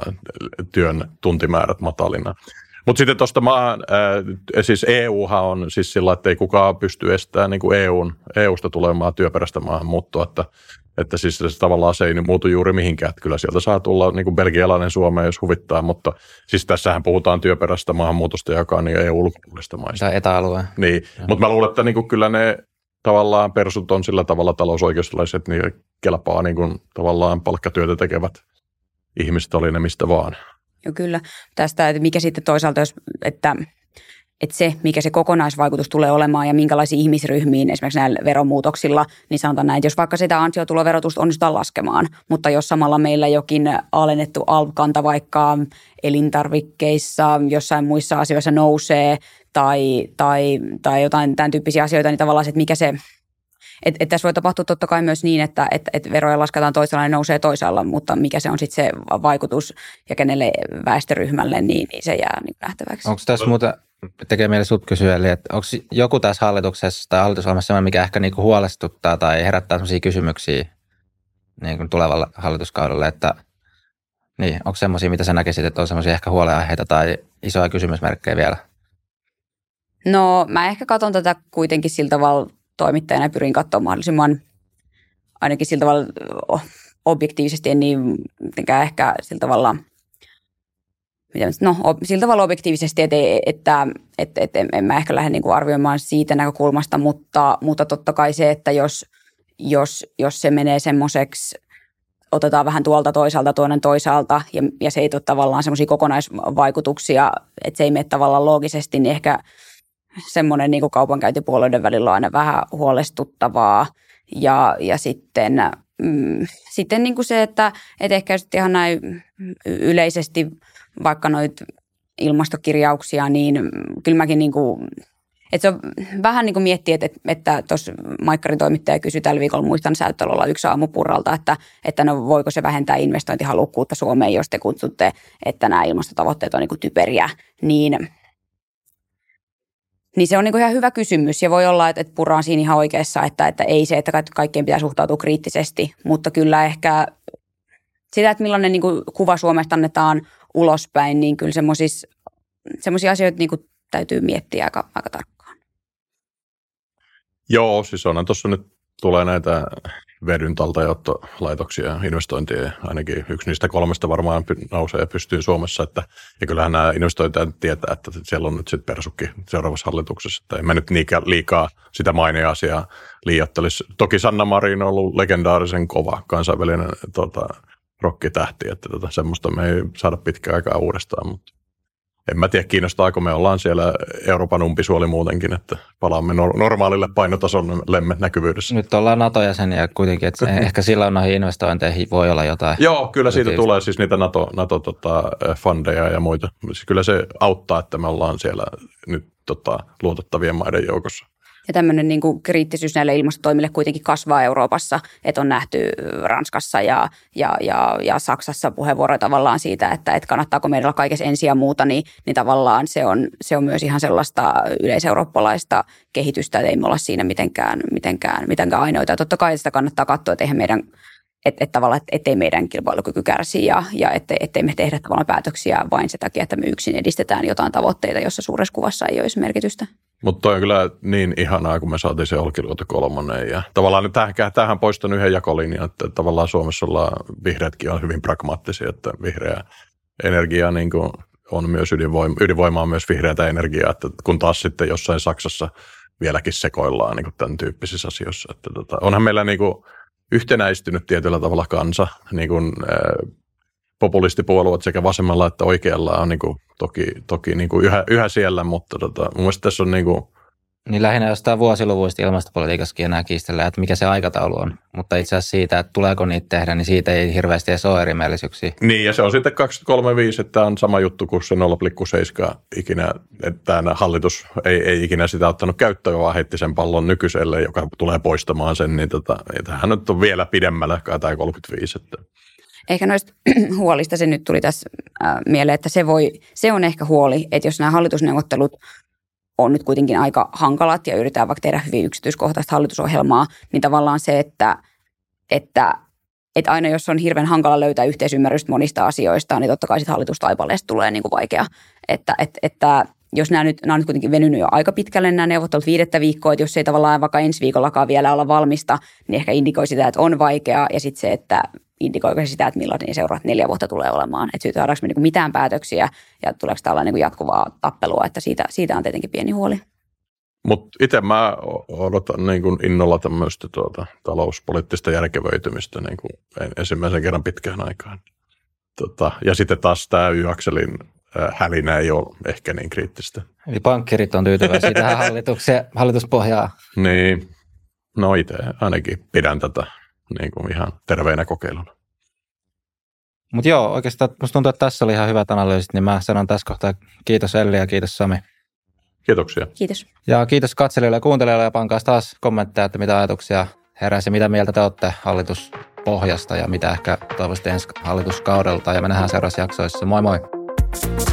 työn tuntimäärät matalina. Mutta sitten tuosta maan, äh, siis E Uhan on siis sillä, että ei kukaan pysty estämään niin kuin E U:n, E U:sta tulemaan työperäistä maahanmuuttoa, että, että siis se tavallaan se ei muutu juuri mihinkään. Että kyllä sieltä saa tulla niin kuin belgialainen Suomeen, jos huvittaa, mutta siis tässähän puhutaan työperäistä maahanmuutosta, joka on niin E U-ulkopuolista maista. Tai etäalueen. Niin, mutta mä luulen, että niin kuin kyllä ne tavallaan persut on sillä tavalla talousoikeustolaiset, niin kelpaa niin kuin tavallaan palkkatyötä tekevät ihmiset, oli ne mistä vaan. Joo, kyllä. Tästä, että mikä sitten toisaalta, jos, että, että se, mikä se kokonaisvaikutus tulee olemaan ja minkälaisiin ihmisryhmiin esimerkiksi näillä veromuutoksilla, niin sanotaan näin, että jos vaikka sitä ansiotuloverotusta onnistutaan laskemaan, mutta jos samalla meillä jokin alennettu alv-kanta vaikka elintarvikkeissa, jossain muissa asioissa nousee tai, tai, tai jotain tämän tyyppisiä asioita, niin tavallaan se, että mikä se... Että et tässä voi tapahtua totta kai myös niin, että et, et veroja lasketaan toisaalla ja nousee toisaalla, mutta mikä se on sitten se vaikutus ja kenelle väestöryhmälle, niin, niin se jää niin nähtäväksi. Onko tässä muuta, tekee mieli sut kysyä, eli että onko joku tässä hallituksessa tai hallitusohjelmassa sellainen, mikä ehkä niinku huolestuttaa tai herättää sellaisia kysymyksiä niinku tulevalla hallituskaudella, että niin, onko semmoisia, mitä sä näkisit, että on semmoisia ehkä huolenaiheita tai isoja kysymysmerkkejä vielä? No mä ehkä katson tätä kuitenkin sillä tavalla toimittajana ja pyrin katsomaan mahdollisimman ainakin sillä tavalla objektiivisesti, en niin mitenkään ehkä sillä tavalla, no sillä tavalla objektiivisesti, että, että, että, että en mä ehkä lähde niin kuin arvioimaan siitä näkökulmasta, mutta, mutta totta kai se, että jos, jos, jos se menee semmoiseksi, otetaan vähän tuolta toisaalta, toinen toisaalta ja, ja se ei tule tavallaan semmoisia kokonaisvaikutuksia, että se ei mene tavallaan loogisesti, niin ehkä semmoinen niin kuin kaupankäyntipuolueiden välillä on aina vähän huolestuttavaa ja, ja sitten, mm, sitten niin kuin se, että et ehkä sitten ihan näin yleisesti vaikka noita ilmastokirjauksia, niin kyllä mäkin niin kuin, että se on vähän niin kuin miettiä, että, että tuossa Maikkarin toimittaja kysyi tällä viikolla, muistan Säätötalolla yksi aamupurralta, että, että no voiko se vähentää investointihalukkuutta Suomeen, jos te kutsutte, että nämä ilmastotavoitteet on niin kuin typeriä, niin Niin se on niin kuin ihan hyvä kysymys ja voi olla, että, että Purra on siinä ihan oikeassa, että, että ei se, että kaikkien pitää suhtautua kriittisesti, mutta kyllä ehkä sitä, että millainen niin kuin kuva Suomesta annetaan ulospäin, niin kyllä semmoisia asioita niin kuin täytyy miettiä aika, aika tarkkaan. Joo, siis onhan tuossa nyt tulee näitä vedyn talteenottolaitoksia, investointia, ainakin yksi niistä kolmesta varmaan nousee ja pystyy Suomessa, että, ja kyllähän nämä investointajat tietää, että siellä on nyt sitten persukki seuraavassa hallituksessa, että en mä nyt liikaa, liikaa sitä mainia-asiaa liioittelisi. Toki Sanna Marin on ollut legendaarisen kova kansainvälinen tota, rokkitähti, että tota, semmoista me ei saada pitkään aikaa uudestaan, mutta en mä tiedä, kiinnostaako me ollaan siellä Euroopan umpisuoli muutenkin, että palaamme normaalille painotasollemme näkyvyydessä. Nyt ollaan NATO-jäseniä kuitenkin, että ehkä silloin noihin investointeihin voi olla jotain. Joo, kyllä siitä tulee siis niitä NATO, NATO tota, fundeja ja muita. Siis kyllä se auttaa, että me ollaan siellä nyt tota, luotettavien maiden joukossa. Ja tämmöinen niin kuin kriittisyys näille ilmastotoimille kuitenkin kasvaa Euroopassa, että on nähty Ranskassa ja, ja, ja, ja Saksassa puheenvuoroja tavallaan siitä, että, että kannattaako meillä olla kaikessa ensin ja muuta, niin, niin tavallaan se on, se on myös ihan sellaista yleiseurooppalaista kehitystä, että ei me olla siinä mitenkään, mitenkään, mitenkään ainoita. Ja totta kai sitä kannattaa katsoa, että eihän meidän että et tavallaan, et, ettei meidän kilpailukyky kärsi ja, ja ettei, ettei me tehdä tavallaan päätöksiä vain sen takia, että me yksin edistetään jotain tavoitteita, jossa suuressa kuvassa ei olisi merkitystä. Mutta toi on kyllä niin ihanaa, kun me saatiin se Olkiluoto kolmonen. Ja tavallaan nyt tähän, tähän poistan yhden jakolinjan, että tavallaan Suomessa ollaan, vihreätkin on hyvin pragmaattisia, että vihreä energia niin kuin on myös ydinvoima, ydinvoima on myös vihreätä energiaa, että kun taas sitten jossain Saksassa vieläkin sekoillaan niin kuin tämän tyyppisissä asioissa. Että tota, onhan meillä niin kuin yhtenäistynyt tietyllä tavalla kansa, niin kuin äh, populistipuolueet sekä vasemmalla että oikealla on niin kuin, toki, toki niin kuin yhä, yhä siellä, mutta tota, mun mielestä tässä on niin kuin... Niin lähinnä jostain vuosiluvuista ilmastopolitiikassakin enää kiistellään, että mikä se aikataulu on. Mutta itse asiassa siitä, että tuleeko niitä tehdä, niin siitä ei hirveästi edes ole erimielisyyksiä. Niin, ja se on sitten kaksituhattakolmekymmentäviisi, että tämä on sama juttu kuin se nolla pilkku seitsemän ikinä, että tämä hallitus ei, ei ikinä sitä ottanut käyttöön, vaan heitti sen pallon nykyiselle, joka tulee poistamaan sen, niin tota, tämähän nyt on vielä pidemmällä kai tämä kolmekymmentäviisi. Että... Ehkä noista huolista se nyt tuli tässä äh, mieleen, että se, voi, se on ehkä huoli, että jos nämä hallitusneuvottelut on nyt kuitenkin aika hankalat ja yritetään vaikka tehdä hyvin yksityiskohtaista hallitusohjelmaa, niin tavallaan se, että, että, että aina jos on hirveän hankala löytää yhteisymmärrystä monista asioista, niin totta kai sitten hallitustaipaleesta tulee niin kuin vaikea. Että, että, että jos nämä, nyt, nämä on nyt kuitenkin venynyt jo aika pitkälle nämä neuvottelut viidettä viikkoa, että jos ei tavallaan vaikka ensi viikollakaan vielä olla valmista, niin ehkä indikoi sitä, että on vaikeaa ja sitten se, että indikoiko se sitä, että millainen niin seuraavat neljä vuotta tulee olemaan. Että saadaanko me niin kuin mitään päätöksiä ja tuleeko tällainen niin kuin jatkuvaa tappelua, että siitä, siitä on tietenkin pieni huoli. Mutta itse mä odotan niin kuin innolla tämmöistä tuota, talouspoliittista järkevöitymistä niin kuin ensimmäisen kerran pitkään aikaan. Tota, ja sitten taas tämä Y-akselin hälinä ei ole ehkä niin kriittistä. Eli pankkirit on tyytyväisiä tähän hallituspohjaan. Niin, no itse ainakin pidän tätä niin kuin ihan terveenä kokeiluna. Mutta joo, oikeastaan musta tuntuu, että tässä oli ihan hyvät analyysit, niin mä sanon tässä kohtaa kiitos Elli ja kiitos Sami. Kiitoksia. Kiitos. Ja kiitos katselijoille ja kuuntelijoille ja pankaa taas kommentteja, että mitä ajatuksia heräsi, mitä mieltä te olette hallituspohjasta ja mitä ehkä toivoisitte ensi hallituskaudelta ja me nähdään seuraavassa jaksoissa. Moi moi!